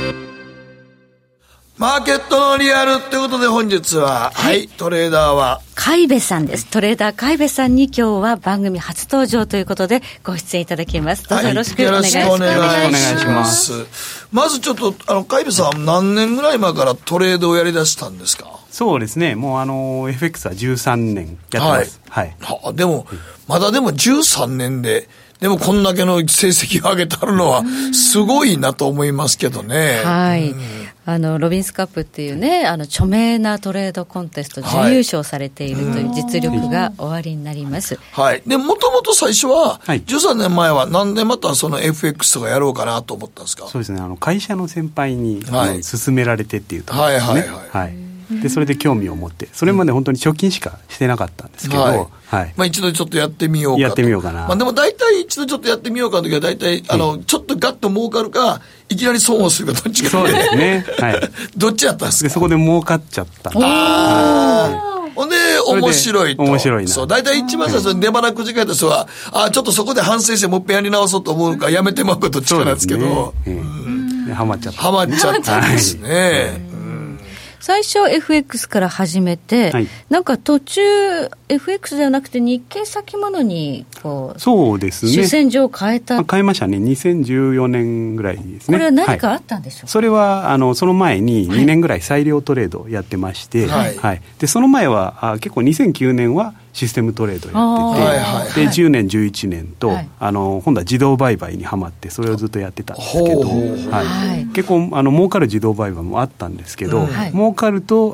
マーケットのリアルってことで本日は、はい、トレーダーは海部さんです。トレーダー海部さんに今日は番組初登場ということでご出演いただきます。どうぞよろしくお願いします。 よろしくお願いします。まずちょっと海部さん何年ぐらい前からトレードをやり出したんですか？ そうですね、もうFX は13年やってます。はい。 はあ、でも、まだでも13年で、でもこんだけの成績を上げたのはすごいなと思いますけどね。 はい。ロビンスカップっていうね、著名なトレードコンテスト準優勝されているという実力がおありになります。 はい。で、もともと最初は、13年前はなんでまたその FX とかやろうかなと思ったんですか？ そうですね、会社の先輩に、勧められてっていうところですね。はい。でそれで興味を持って、それまで本当に貯金しかしてなかったんですけど、はいまあ、一度ちょっとやってみようかと。 やってみようかな。 まあ、でも大体一度ちょっとやってみようかの時は大体ちょっとガッと儲かるかいきなり損をするかどっちかそうですね、はい、 どっちやったんですか？ でそこで儲かっちゃったんで。 ほんで面白いと。 面白いな。 そう、大体一番最初に出花くじかれた人は、ちょっとそこで反省してもっぺんやり直そうと思うかやめてまうかどっちかなんですけど、 ハマっちゃった。 ハマっちゃったんですね。 最初 FX から始めて、なんか途中 FX ではなくて日経先物にこうそうですね、 主戦場を変えた。 変えましたね。2014年ぐらいですね。 これは何かあったんでしょうか？ それはその前に2年ぐらい裁量トレードをやってまして、でその前は結構2009年はシステムトレードやってて、で10年11年と、今度は自動売買にはまってそれをずっとやってたんですけど、結構儲かる自動売買もあったんですけど、儲かると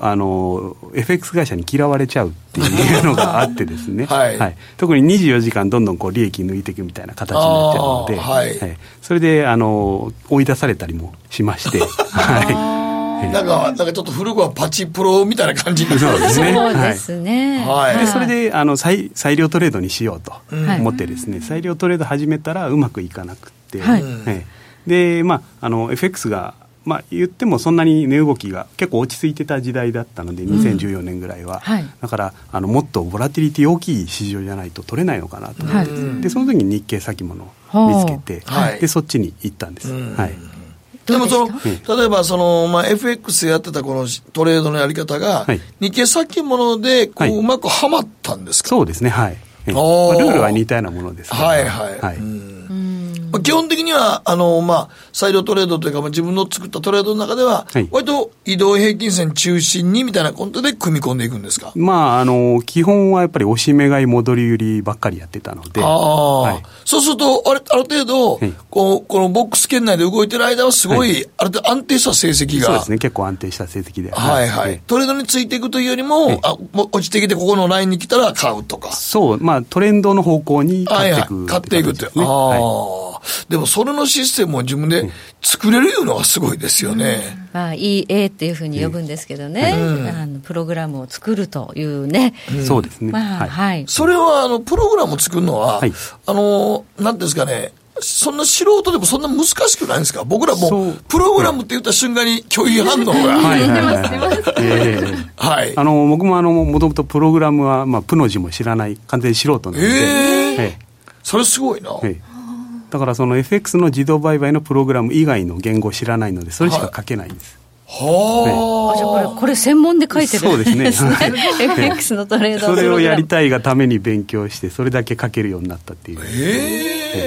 FX 会社に嫌われちゃうっていうのがあってですね、特に24時間どんどんこう利益抜いていくみたいな形になっちゃうので、それで追い出されたりもしましてなんかちょっと古くはパチプロみたいな感じになってますね。 そうですね。 でそれで裁量トレードにしようと思ってですね、裁量トレード始めたらうまくいかなくて、でFX が言ってもそんなに値動きが結構落ち着いてた時代だったので、2014年ぐらいは、だからもっとボラティリティ大きい市場じゃないと取れないのかなと思って、でその時に日経先物を見つけて、でそっちに行ったんです。 でも例えばFX やってたこのトレードのやり方が、日経先物でうまくはまったんですか？ そうですね、はい。ルールは似たようなものですから、 基本的には裁量トレードというか、自分の作ったトレードの中では、割と移動平均線中心にみたいなことで組み込んでいくんですか？ 基本はやっぱり押し目買い戻り売りばっかりやってたので、 そうするとある程度、このボックス圏内で動いてる間はすごい、ある程度安定した成績が、 そうですね、結構安定した成績で、 トレードについていくというよりも、落ちてきてここのラインに来たら買うとか、 そう、トレンドの方向に買っていくっていう、でもそれのシステムを自分で作れるいうのがすごいですよね。 EA っていうふうに呼ぶんですけどね、プログラムを作るというね、 そうですね、 それはプログラムを作るのは、なんですかね、そんな素人でもそんな難しくないんですか？僕らもプログラムって言った瞬間に拒否反応が僕ももともとプログラムは、プの字も知らない完全に素人なので、 それすごいな。 だからその FX の自動売買のプログラム以外の言語を知らないのでそれしか書けないんです。 じゃあこれ専門で書いてるんですね。FX のトレードそれをやりたいがために勉強してそれだけ書けるようになったっていう。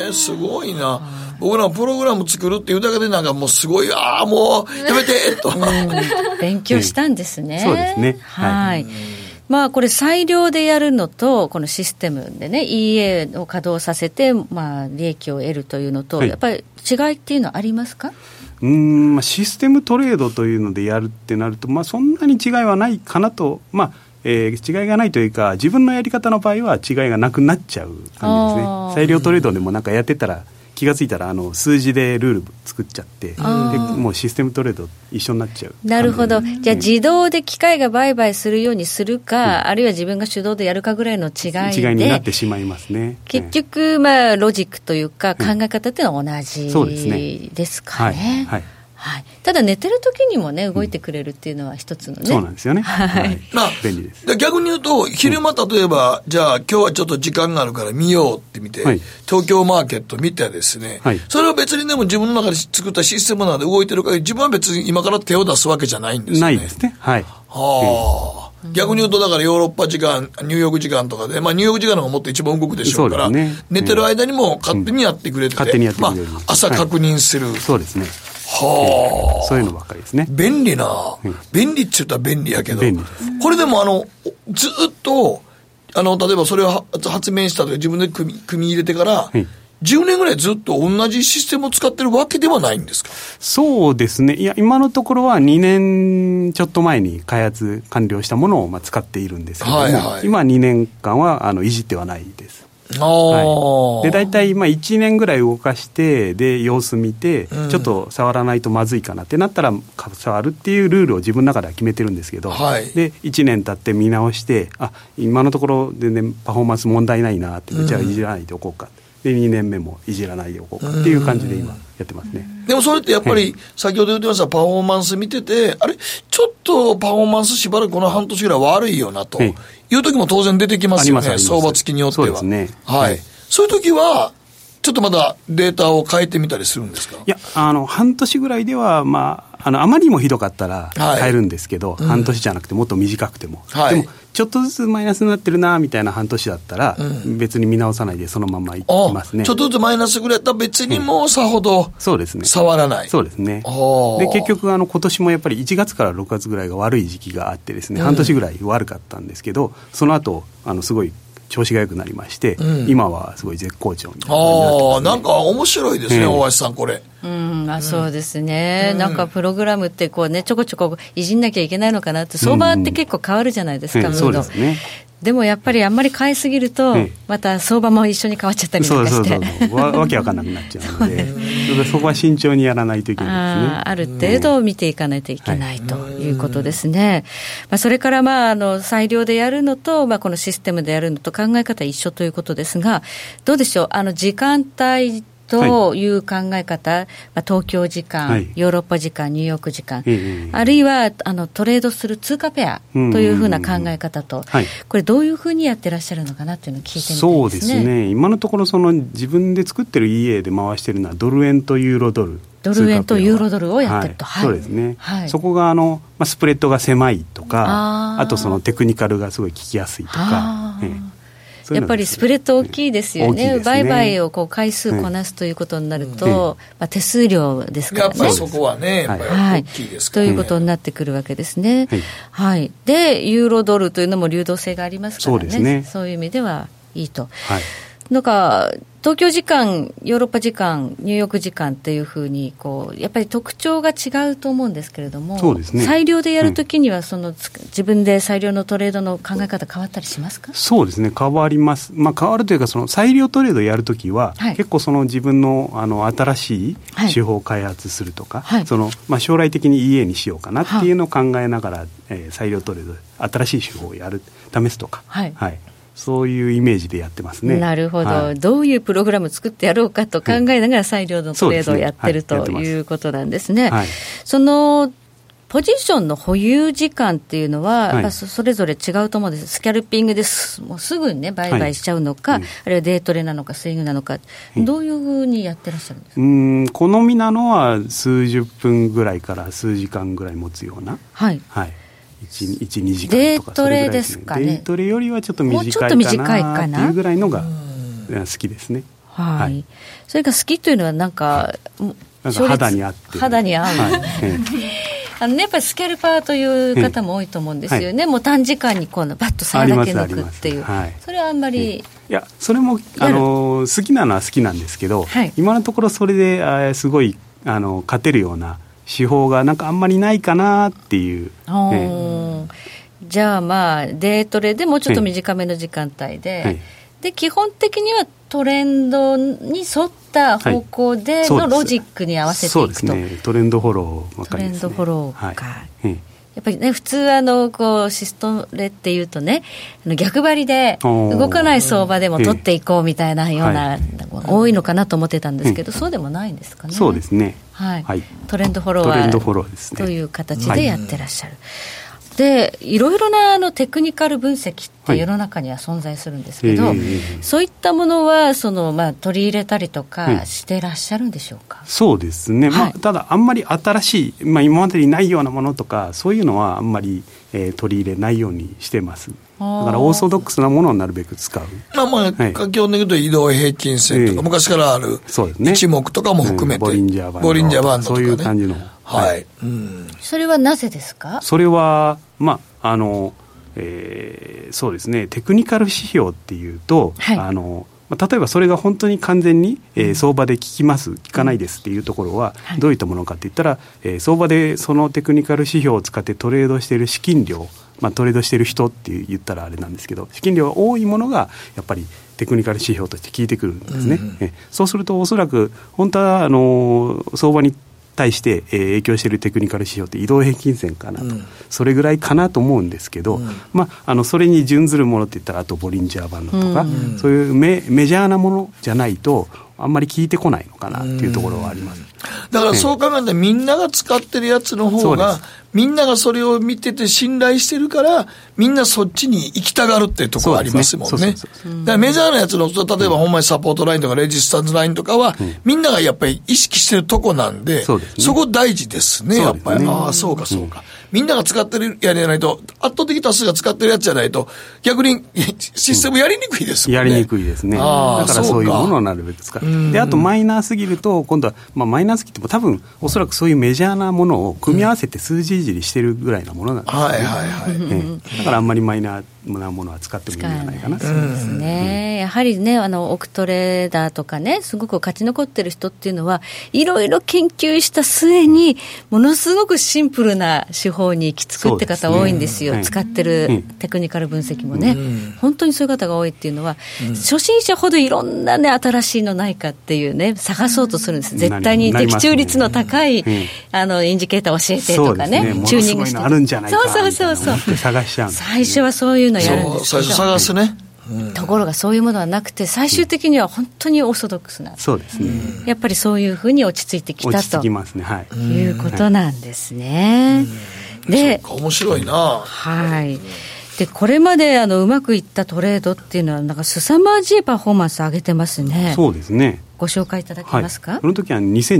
すごいな。僕らプログラム作るっていうだけでなんかもうすごい、もうやめてと勉強したんですね。 そうですね。 はい。まあこれ裁量でやるのとこのシステムでね EA を稼働させてまあ利益を得るというのと、やっぱり違いっていうのはありますか？ システムトレードというのでやるってなると、そんなに違いはないかなと、違いがないというか自分のやり方の場合は違いがなくなっちゃう感じですね。裁量トレードでもなんかやってたら気がついたら数字でルール作っちゃってでもうシステムトレード一緒になっちゃう。 なるほど。じゃあ自動で機械が売買するようにするか、あるいは自分が手動でやるかぐらいの違いでになってしまいますね。 結局ロジックというか考え方っていうのは同じですかね。はい。ただ寝てる時にもね動いてくれるっていうのは一つのね、 そうなんですよね。便利です。 逆に言うと昼間例えば、じゃあ今日はちょっと時間があるから見ようって見て、東京マーケット見てですね、それは別にでも自分の中で作ったシステムなので動いてるから自分は別に今から手を出すわけじゃないんですよね。 ないですね。はい。 逆に言うとだからヨーロッパ時間ニューヨーク時間とかで、ニューヨーク時間の方がもっと一番動くでしょうから、寝てる間にも勝手にやってくれてて、朝確認する。 そうですね。そういうのばっかりですね。 便利な、便利って言ったら便利やけど、これでもずっと例えばそれを発明したとか自分で組み入れてから、10年ぐらいずっと同じシステムを使ってるわけではないんですか？ そうですね。いや今のところは2年ちょっと前に開発完了したものを使っているんですけども、今2年間はいじってはないです。で大体1年ぐらい動かしてで様子見て、ちょっと触らないとまずいかなってなったら触るっていうルールを自分の中では決めてるんですけど、で1年経って見直して今のところ全然パフォーマンス問題ないなって、じゃあいじらないでおこうかで2年目もいじらないでおこうかっていう感じで今やってますね。 でもそれってやっぱり先ほど言ってましたパフォーマンス見ててちょっとパフォーマンスしばらくこの半年ぐらい悪いよなという時も当然出てきますよね。相場付きによっては。そうですね。そういう時はちょっとまだデータを変えてみたりするんですか？ いや半年ぐらいではあまりにもひどかったら変えるんですけど、半年じゃなくてもっと短くても、でもちょっとずつマイナスになってるなみたいな半年だったら、別に見直さないでそのままいきますね。 ちょっとずつマイナスぐらいだったら別にもうさほど触らない。 そうですね。で結局今年もやっぱり1月から6月ぐらいが悪い時期があってですね、半年ぐらい悪かったんですけど、その後すごい調子が良くなりまして、今はすごい絶好調になってますね。 なんか面白いですね、大橋さんこれ。 そうですね、なんかプログラムってちょこちょこいじんなきゃいけないのかなって、相場って結構変わるじゃないですか、 そうですね。 でもやっぱりあんまり変えすぎると、また相場も一緒に変わっちゃったりとかして、 わけわかんなくなっちゃうので、そこは慎重にやらないといけないですね。 ある程度見ていかないといけないということですね。それから裁量でやるのと、このシステムでやるのと考え方一緒ということですが、どうでしょう、時間帯という考え方、東京時間、ヨーロッパ時間、ニューヨーク時間、あるいはトレードする通貨ペアというふうな考え方と、これどういうふうにやってらっしゃるのかなというのを聞いてみたいですね。 そうですね。今のところ自分で作ってる EA で回してるのはドル円とユーロドル。 ドル円とユーロドルをやってると。 そうですね。そこがスプレッドが狭いとか、あとテクニカルがすごい効きやすいとか。 やっぱりスプレッド大きいですよね。売買を回数こなすということになると、手数料ですからね。 やっぱりそこはね、やっぱり大きいですからね。 ということになってくるわけですね。で、ユーロドルというのも流動性がありますからね。そういう意味ではいいと。なんか東京時間、ヨーロッパ時間、ニューヨーク時間っていうふうにやっぱり特徴が違うと思うんですけれども、 そうですね、 裁量でやるときには自分で裁量のトレードの考え方変わったりしますか？ そうですね、変わります。変わるというか裁量トレードやるときは、結構自分の新しい手法を開発するとか、将来的に EA にしようかなっていうのを考えながら、裁量トレード新しい手法を試すとか、そういうイメージでやってますね。 なるほど、どういうプログラムを作ってやろうかと考えながら裁量のトレードをやってるということなんですね。そのポジションの保有時間っていうのは、それぞれ違うと思うんです。スキャルピングもうすぐにね売買しちゃうのか、あるいはデートレなのかスイングなのか、どういうふうにやってらっしゃるんですか？ 好みなのは数十分ぐらいから数時間ぐらい持つような、1、2時間とかデートレですかね。 デートレよりはちょっと短いかなっていうぐらいのが好きですね。 はいはい、 それが好きというのはなんか肌に合って肌に合う、 はいやっぱりスキャルパーという方も多いと思うんですよね、はい、もう短時間にこうバッとさらだけ抜くっていう、はい、それはあんまり、 いやそれも好きなのは好きなんですけど、はい、今のところそれですごい勝てるような手法がなんかあんまりないかなっていう、 じゃあまあデートレでもうちょっと短めの時間帯で、はい、で基本的にはトレンドに沿った方向でのロジックに合わせていくと、 そうですね、トレンドフォローばかりですね。 トレンドフォローか、 はい、 やっぱりね普通こうシストレっていうとね逆張りで動かない相場でも取っていこうみたいなような、多いのかなと思ってたんですけど、そうでもないんですかね。 そうですね、 はいはい、 トレンドフォロワーという形でやってらっしゃる、でいろいろなテクニカル分析って世の中には存在するんですけど、そういったものは取り入れたりとかしてらっしゃるんでしょうか。 そうですね、ただあんまり新しい、今までにないようなものとかそういうのはあんまり、取り入れないようにしてます。だからオーソドックスなものをなるべく使う。 基本的に言うと移動平均線とか、昔からある一目とかも含めて、 ボリンジャーバンドとか、そういう感じの、 はい、 それはなぜですか。 それはそうですね、テクニカル指標っていうと、はい、例えばそれが本当に完全に、相場で効きます効かないですっていうところはどういったものかって言ったら、相場でそのテクニカル指標を使ってトレードしている資金量、トレードしている人って言ったらあれなんですけど、資金量が多いものがやっぱりテクニカル指標として効いてくるんですね、そうするとおそらく本当は相場に対して影響しているテクニカル指標って移動平均線かなと、それぐらいかなと思うんですけど、それに準ずるものって言ったらあとボリンジャーバンドとか、そういうメジャーなものじゃないとあんまり効いてこないのかなっていうところはあります。 だからそう考えたらみんなが使ってるやつの方がみんながそれを見てて信頼してるからみんなそっちに行きたがるっていうところありますもんね。だからメジャーなやつの例えばほんまにサポートラインとかレジスタンスラインとかは、みんながやっぱり意識してるとこなんで、そこ大事ですね、やっぱり。ああ、そうかそうか。みんなが使ってるやつじゃないと、圧倒的多数が使ってるやつじゃないと逆にシステムやりにくいですもんね。 やりにくいですね。だからそういうものをなるべく使う。であとマイナーすぎると今度は、マイナーすぎても多分おそらくそういうメジャーなものを組み合わせて数字いじりしてるぐらいなものなんですね。だからあんまりマイナーなものは使ってもいいんじゃないかな。 そうですね、やはりね億トレーダーとかねすごく勝ち残ってる人っていうのはいろいろ研究した末にものすごくシンプルな手法に行き着くって方多いんですよ。使ってるテクニカル分析もね、本当にそういう方が多いっていうのは、初心者ほどいろんなね新しいのないかっていうね探そうとするんです。絶対に的中率の高い、インジケーター教えてとかね、チューニングしてあるんじゃないかそう探しちゃうんです、 最初はそういうのやるんですけど、 最初探すね、 ところがそういうものはなくて最終的には本当にオーソドックスな、 そうですね、 やっぱりそういうふうに落ち着いてきたと落ち着きますね、はい、 いうことなんですね。で面白いな、 はい。でこれまでうまくいったトレードっていうのはなんか凄まじいパフォーマンス上げてますね。 そうですね。 ご紹介いただけますか。 その時は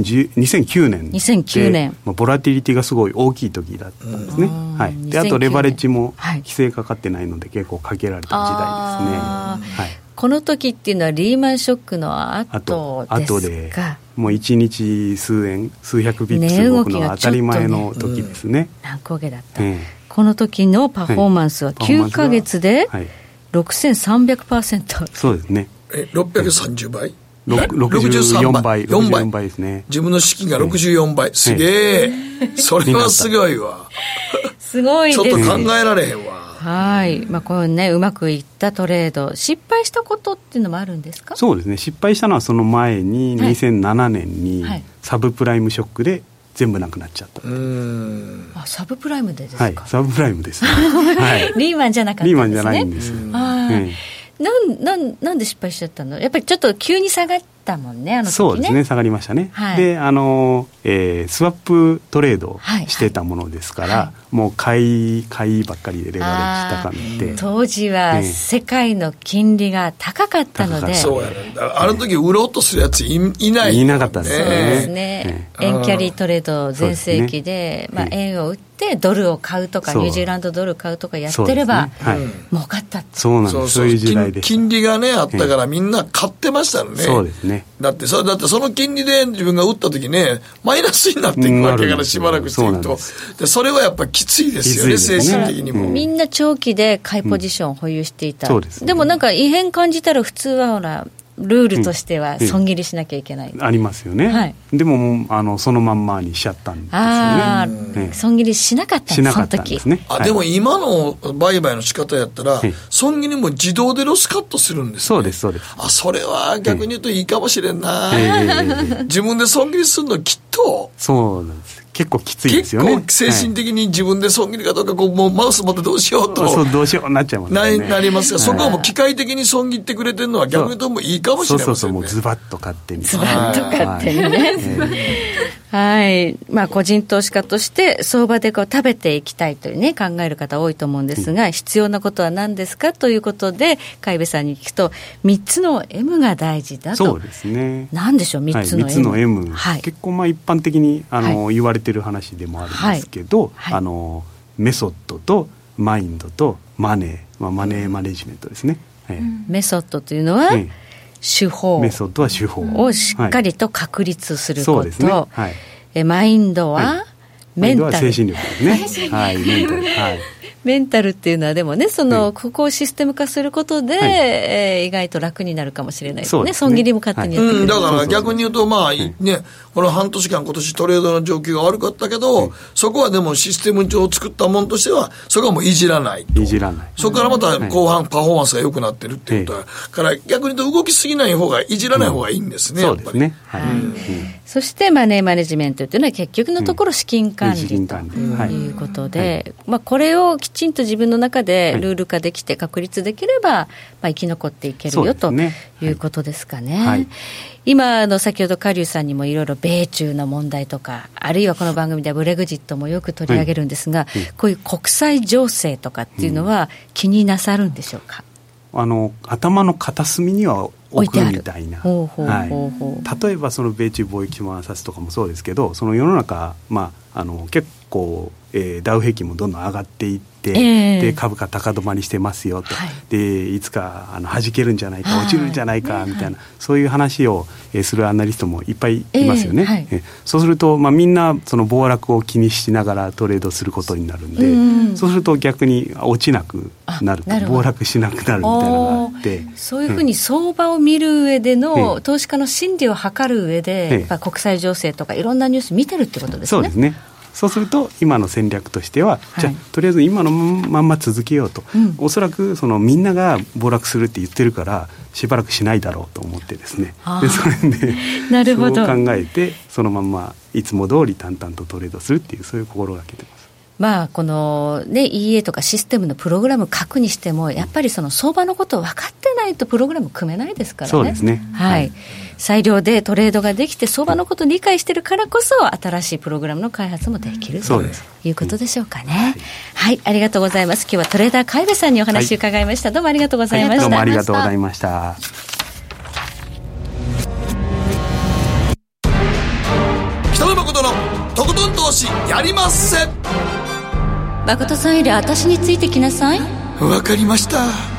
2009年で 2009年、 ボラティリティがすごい大きい時だったんですね、はい、であとレバレッジも規制かかってないので結構かけられた時代ですね、はい、 この時っていうのはリーマンショックの後ですか。 もう1日数円数百ビップス動くのは当たり前の時ですね。 乱高下だった、この時のパフォーマンスは9ヶ月で 6300%、 そうですね。 630倍 64倍64倍ですね。 自分の資金が64倍、すげえ、それはすごいわすごいです。 ちょっと考えられへんわ。 はい、こうねうまくいったトレード、失敗したことっていうのもあるんですか。 そうですね、失敗したのはその前に2007年にサブプライムショックで全部なくなっちゃった。 サブプライムでですか。 はい、サブプライムです、ねはい、 リーマンじゃなかったんですね。 リーマンじゃないんです。 なんで失敗しちゃったの。やっぱりちょっと急に下がっったもんね、あの時ね。 そうですね、下がりましたね。はい、でスワップトレードしてたものですから、はい、もう買いばっかりでレバレッジ高めて、 当時は世界の金利が高かったので、 そうやね、あの時売ろうとするやついなかったんですね。 そうですね、円キャリートレード全盛期で、円を売ってドルを買うとかニュージーランドドル買うとかやってれば、儲かったって。 そうなんです。そういう時代で金利がねあったからみんな買ってましたよね。 そうですね。 だってその金利で自分が売った時ねマイナスになっていくわけからしばらくしていくと、でそれはやっぱりきついですよね、精神的にも。 みんな長期で買いポジションを保有していた。でもなんか異変感じたら普通はほらルールとしては損切りしなきゃいけない、 ありますよね、はい、でもそのまんまにしちゃったんですよね。 損切りしなかったんです、 しなかったんですね。 でも今の売買の仕方やったら、損切りも自動でロスカットするんです、ね、 そうですそうです。 それは逆に言うといいかもしれんな、自分で損切りするのきっとそうなんです。結構きついですよね。 結構精神的に自分で損切りかどうかもうマウス持ってどうしようとそうどうしようになっちゃいますね。 なりますが、そこはもう機械的に損切ってくれてるのは逆に言うともういいかもしれませんね。 そうもうズバッと勝手にズバッと勝手にね、はい、個人投資家として相場で食べていきたいというね考える方多いと思うんですが、必要なことは何ですかということで海部さんに聞くと3つの M が大事だと。 そうですね。 何でしょう3つの M、3つの M、結構一般的に言われてる話でもあるんですけど、メソッドとマインドとマネー、マネーマネジメントですね、 メソッドというのは、手法、 メソッドは手法をしっかりと確立すること、マインドはメンタル、 精神力ですねメンタルっていうのはでもねここをシステム化することで、意外と楽になるかもしれないですね。損切りも勝手にやってくれる、 だから逆に言うとこの半年間今年トレードの状況が悪かったけど、そこはでもシステム上作ったものとしてはそこはもういじらないと。そこからまた後半パフォーマンスが良くなってるっていうことだから逆に言うと動きすぎない方がいじらない方がいいんですね、やっぱり。 そしてマネーマネジメントというのは結局のところ資金管理ということで、これをきちんと自分の中でルール化できて確立できれば、生き残っていけるよということですかね。今先ほどカリュウさんにもいろいろ米中の問題とか、あるいはこの番組ではブレグジットもよく取り上げるんですが、こういう国際情勢とかっていうのは気になさるんでしょうか。 頭の片隅には置くみたいな、例えばその米中貿易摩擦とかもそうですけど、その世の中、結構、ダウ平均もどんどん上がっていって、で株価高止まりしてますよと、でいつか弾けるんじゃないか、落ちるんじゃないかみたいな、そういう話を、するアナリストもいっぱいいますよね、そうすると、みんなその暴落を気にしながらトレードすることになるんで、そうすると逆に落ちなくなると、暴落しなくなるみたいなのがあって、 そういうふうに相場を見る上での、投資家の心理を測る上で、やっぱ国際情勢とかいろんなニュース見てるってことですね。 そうですね。そうすると今の戦略としては、じゃあとりあえず今のまんま続けようと、おそらくみんなが暴落するって言ってるからしばらくしないだろうと思ってですね、でそれでなるほど、 そう考えてそのまんまいつも通り淡々とトレードするっていう、そういう心がけてます。 この、EA とかシステムのプログラム書くにしても、やっぱりその相場のことを分かってないとプログラム組めないですからね。 そうですね、 裁量でトレードができて相場のことを理解してるからこそ新しいプログラムの開発もできるということでしょうかね。ありがとうございます。今日はトレーダー海部さんにお話を伺いました、どうもありがとうございました。 どうもありがとうございました。 北野誠のとことん投資やりまっせ。 誠さんより私についてきなさい。 わかりました。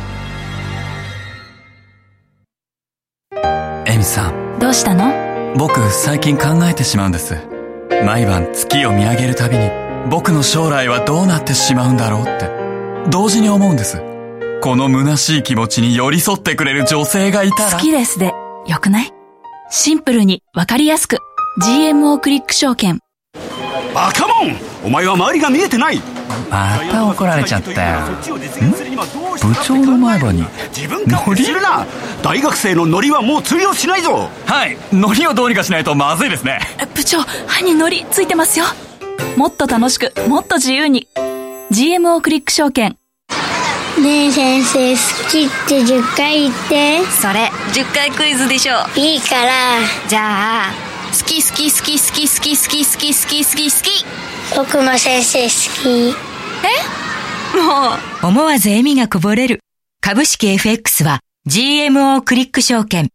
エミさん、 どうしたの？ 僕最近考えてしまうんです。毎晩月を見上げるたびに僕の将来はどうなってしまうんだろうって同時に思うんです。この虚しい気持ちに寄り添ってくれる女性がいたら。 好きですでよくない？シンプルにわかりやすく GMO クリック証券。 バカモン、お前は周りが見えてない。 また怒られちゃったよ。部長の前歯にノリ？ 大学生のノリはもう通用しないぞ。 はい、ノリをどうにかしないとまずいですね。 部長、歯にノリついてますよ。もっと楽しく、もっと自由に GMO クリック証券。 ねえ先生、好きって10回言って。 それ10回クイズでしょ。 いいから。 じゃあ、好き好き好き好き好き好き好き好き好き好き。 僕も先生好き。 もう思わず笑みがこぼれる。株式 FX は GMO クリック証券。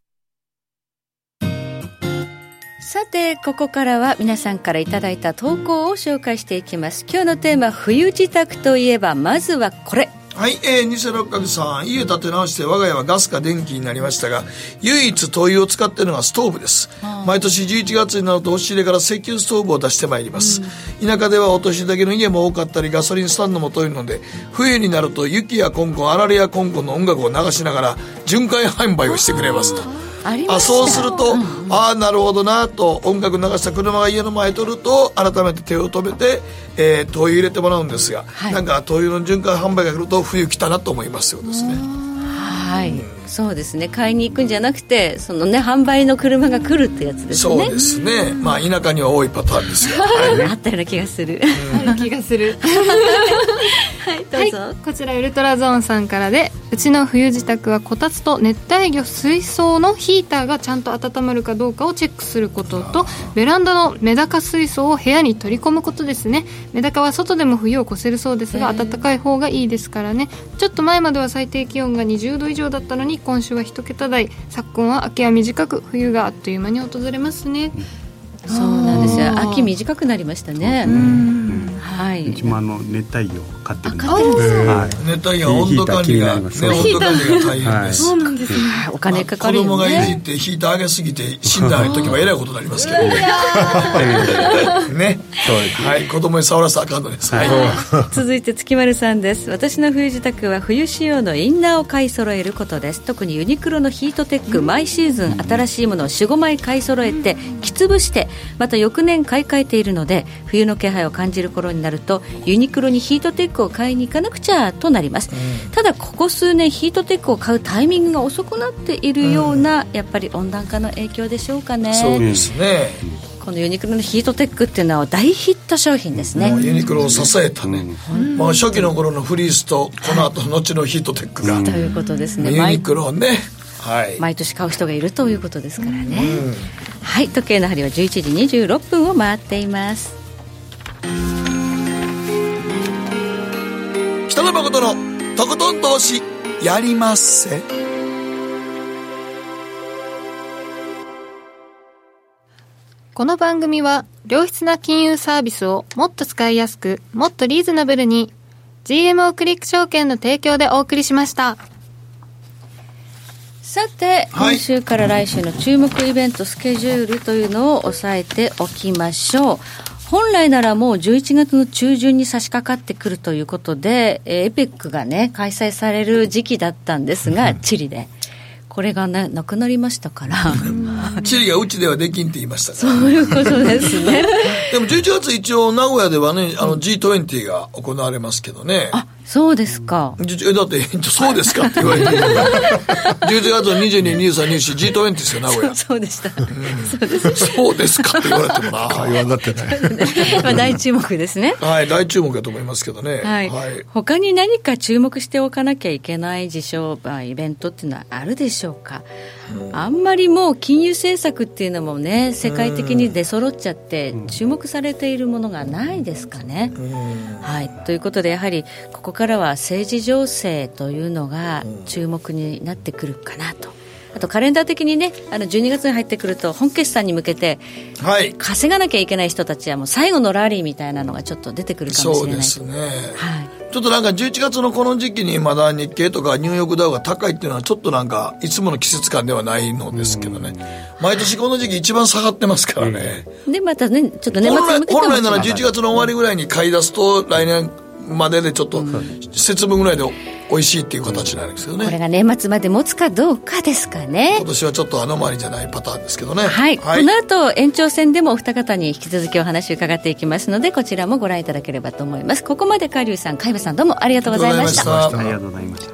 さて、ここからは皆さんからいただいた投稿を紹介していきます。今日のテーマ、冬支度といえばまずはこれ。 はい、偽六角さん、家建て直して我が家はガスか電気になりましたが、唯一灯油を使っているのがストーブです。毎年11月になると押し入れから石油ストーブを出してまいります。田舎ではお年だけの家も多かったり、ガソリンスタンドも遠いので、冬になると雪やコンコン、あられやコンコンの音楽を流しながら巡回販売をしてくれますと。そうすると、なるほどなと、音楽流した車が家の前に通ると改めて手を止めて、灯油入れてもらうんですが、なんか灯油の巡回販売が来ると冬来たなと思いますよですね。 はい、そうですね。買いに行くんじゃなくて、そのね、販売の車が来るってやつですね。 そうですね。まあ田舎には多いパターンですが、 あったような気がする。 ある気がする。 はい、どうぞ。 はい、こちらウルトラゾーンさんからで、うちの冬支度はこたつと熱帯魚水槽のヒーターがちゃんと温まるかどうかをチェックすることと、ベランダのメダカ水槽を部屋に取り込むことですね。メダカは外でも冬を越せるそうですが、暖かい方がいいですからね。ちょっと前までは最低気温が20度以上だったのに、今週は1桁台。昨今は秋は短く、冬があっという間に訪れますね。 そうなんですよ。秋短くなりましたね。はい。 うちも熱帯魚を飼ってるんです。 熱帯魚は温度管理が、温度管理が大変です。 そうなんですね。 お金かかるよね。 子供がいじってヒーター上げすぎて死んだ時はえらいことになりますけどね。ね。はい、子供に触らせたらあかんのです。はい。 続いて月丸さんです。私の冬支度は冬仕様のインナーを買い揃えることです。特にユニクロのヒートテック、毎シーズン新しいものを 4,5 枚買い揃えて着潰して、また翌年買い替えているので、冬の気配を感じる頃になるとユニクロにヒートテックを買いに行かなくちゃとなります。ただここ数年ヒートテックを買うタイミングが遅くなっているような、やっぱり温暖化の影響でしょうかね。 そうですね。 このユニクロのヒートテックっていうのは大ヒット商品ですね。 ユニクロを支えたね、初期の頃のフリースとこの後の後のヒートテックが、 ということですね。 ユニクロね、はい、 毎年買う人がいるということですからね。はい、時計の針は11時26分を回っています。 北野誠のとことん投資やりまっせ。 この番組は良質な金融サービスをもっと使いやすく、もっとリーズナブルに GMO クリック証券の提供でお送りしました。 さて、今週から来週の注目イベントスケジュールというのを押さえておきましょう。本来ならもう11月の中旬に差し掛かってくるということで、APEC がね開催される時期だったんですが、チリでこれがなくなりましたからチリがうちではできんって言いましたから、 そういうことですねでも11月一応名古屋ではね、G20 が行われますけどね。 あ、そうですか。 だってそうですかって言われてる11月の22、23、24 G20 ですよ名古屋。 そうでした、 そうですかって言われてもな会話になってないまあ大注目ですね。 はい、大注目だと思いますけどね。 はい、はい、他に何か注目しておかなきゃいけない事象、イベントっていうのはあるでしょうか。あんまりもう金融政策っていうのもね、世界的に出揃っちゃって注目されているものがないですかね。はい、ということでやはりここからは政治情勢というのが注目になってくるかなと。あとカレンダー的にね、12月に入ってくると本決算に向けて稼がなきゃいけない人たちはもう最後のラリーみたいなのがちょっと出てくるかもしれない。 そうですね、はい、ちょっとなんか11月のこの時期にまだ日経とかニューヨークダウが高いっていうのはちょっとなんかいつもの季節感ではないのですけどね、毎年この時期一番下がってますからね。 でまたね、ちょっと年末に向けて本来なら11月の終わりぐらいに買い出すと来年まででちょっと節分ぐらいで美味しいっていう形なんですけどね。 これが年末まで持つかどうかですかね。 今年はちょっと回りじゃないパターンですけどね。 はい、はい、この後延長戦でもお二方に引き続きお話を伺っていきますので、こちらもご覧いただければと思います。ここまで海龍さん、海部さん、どうもありがとうございました。 ありがとうございました。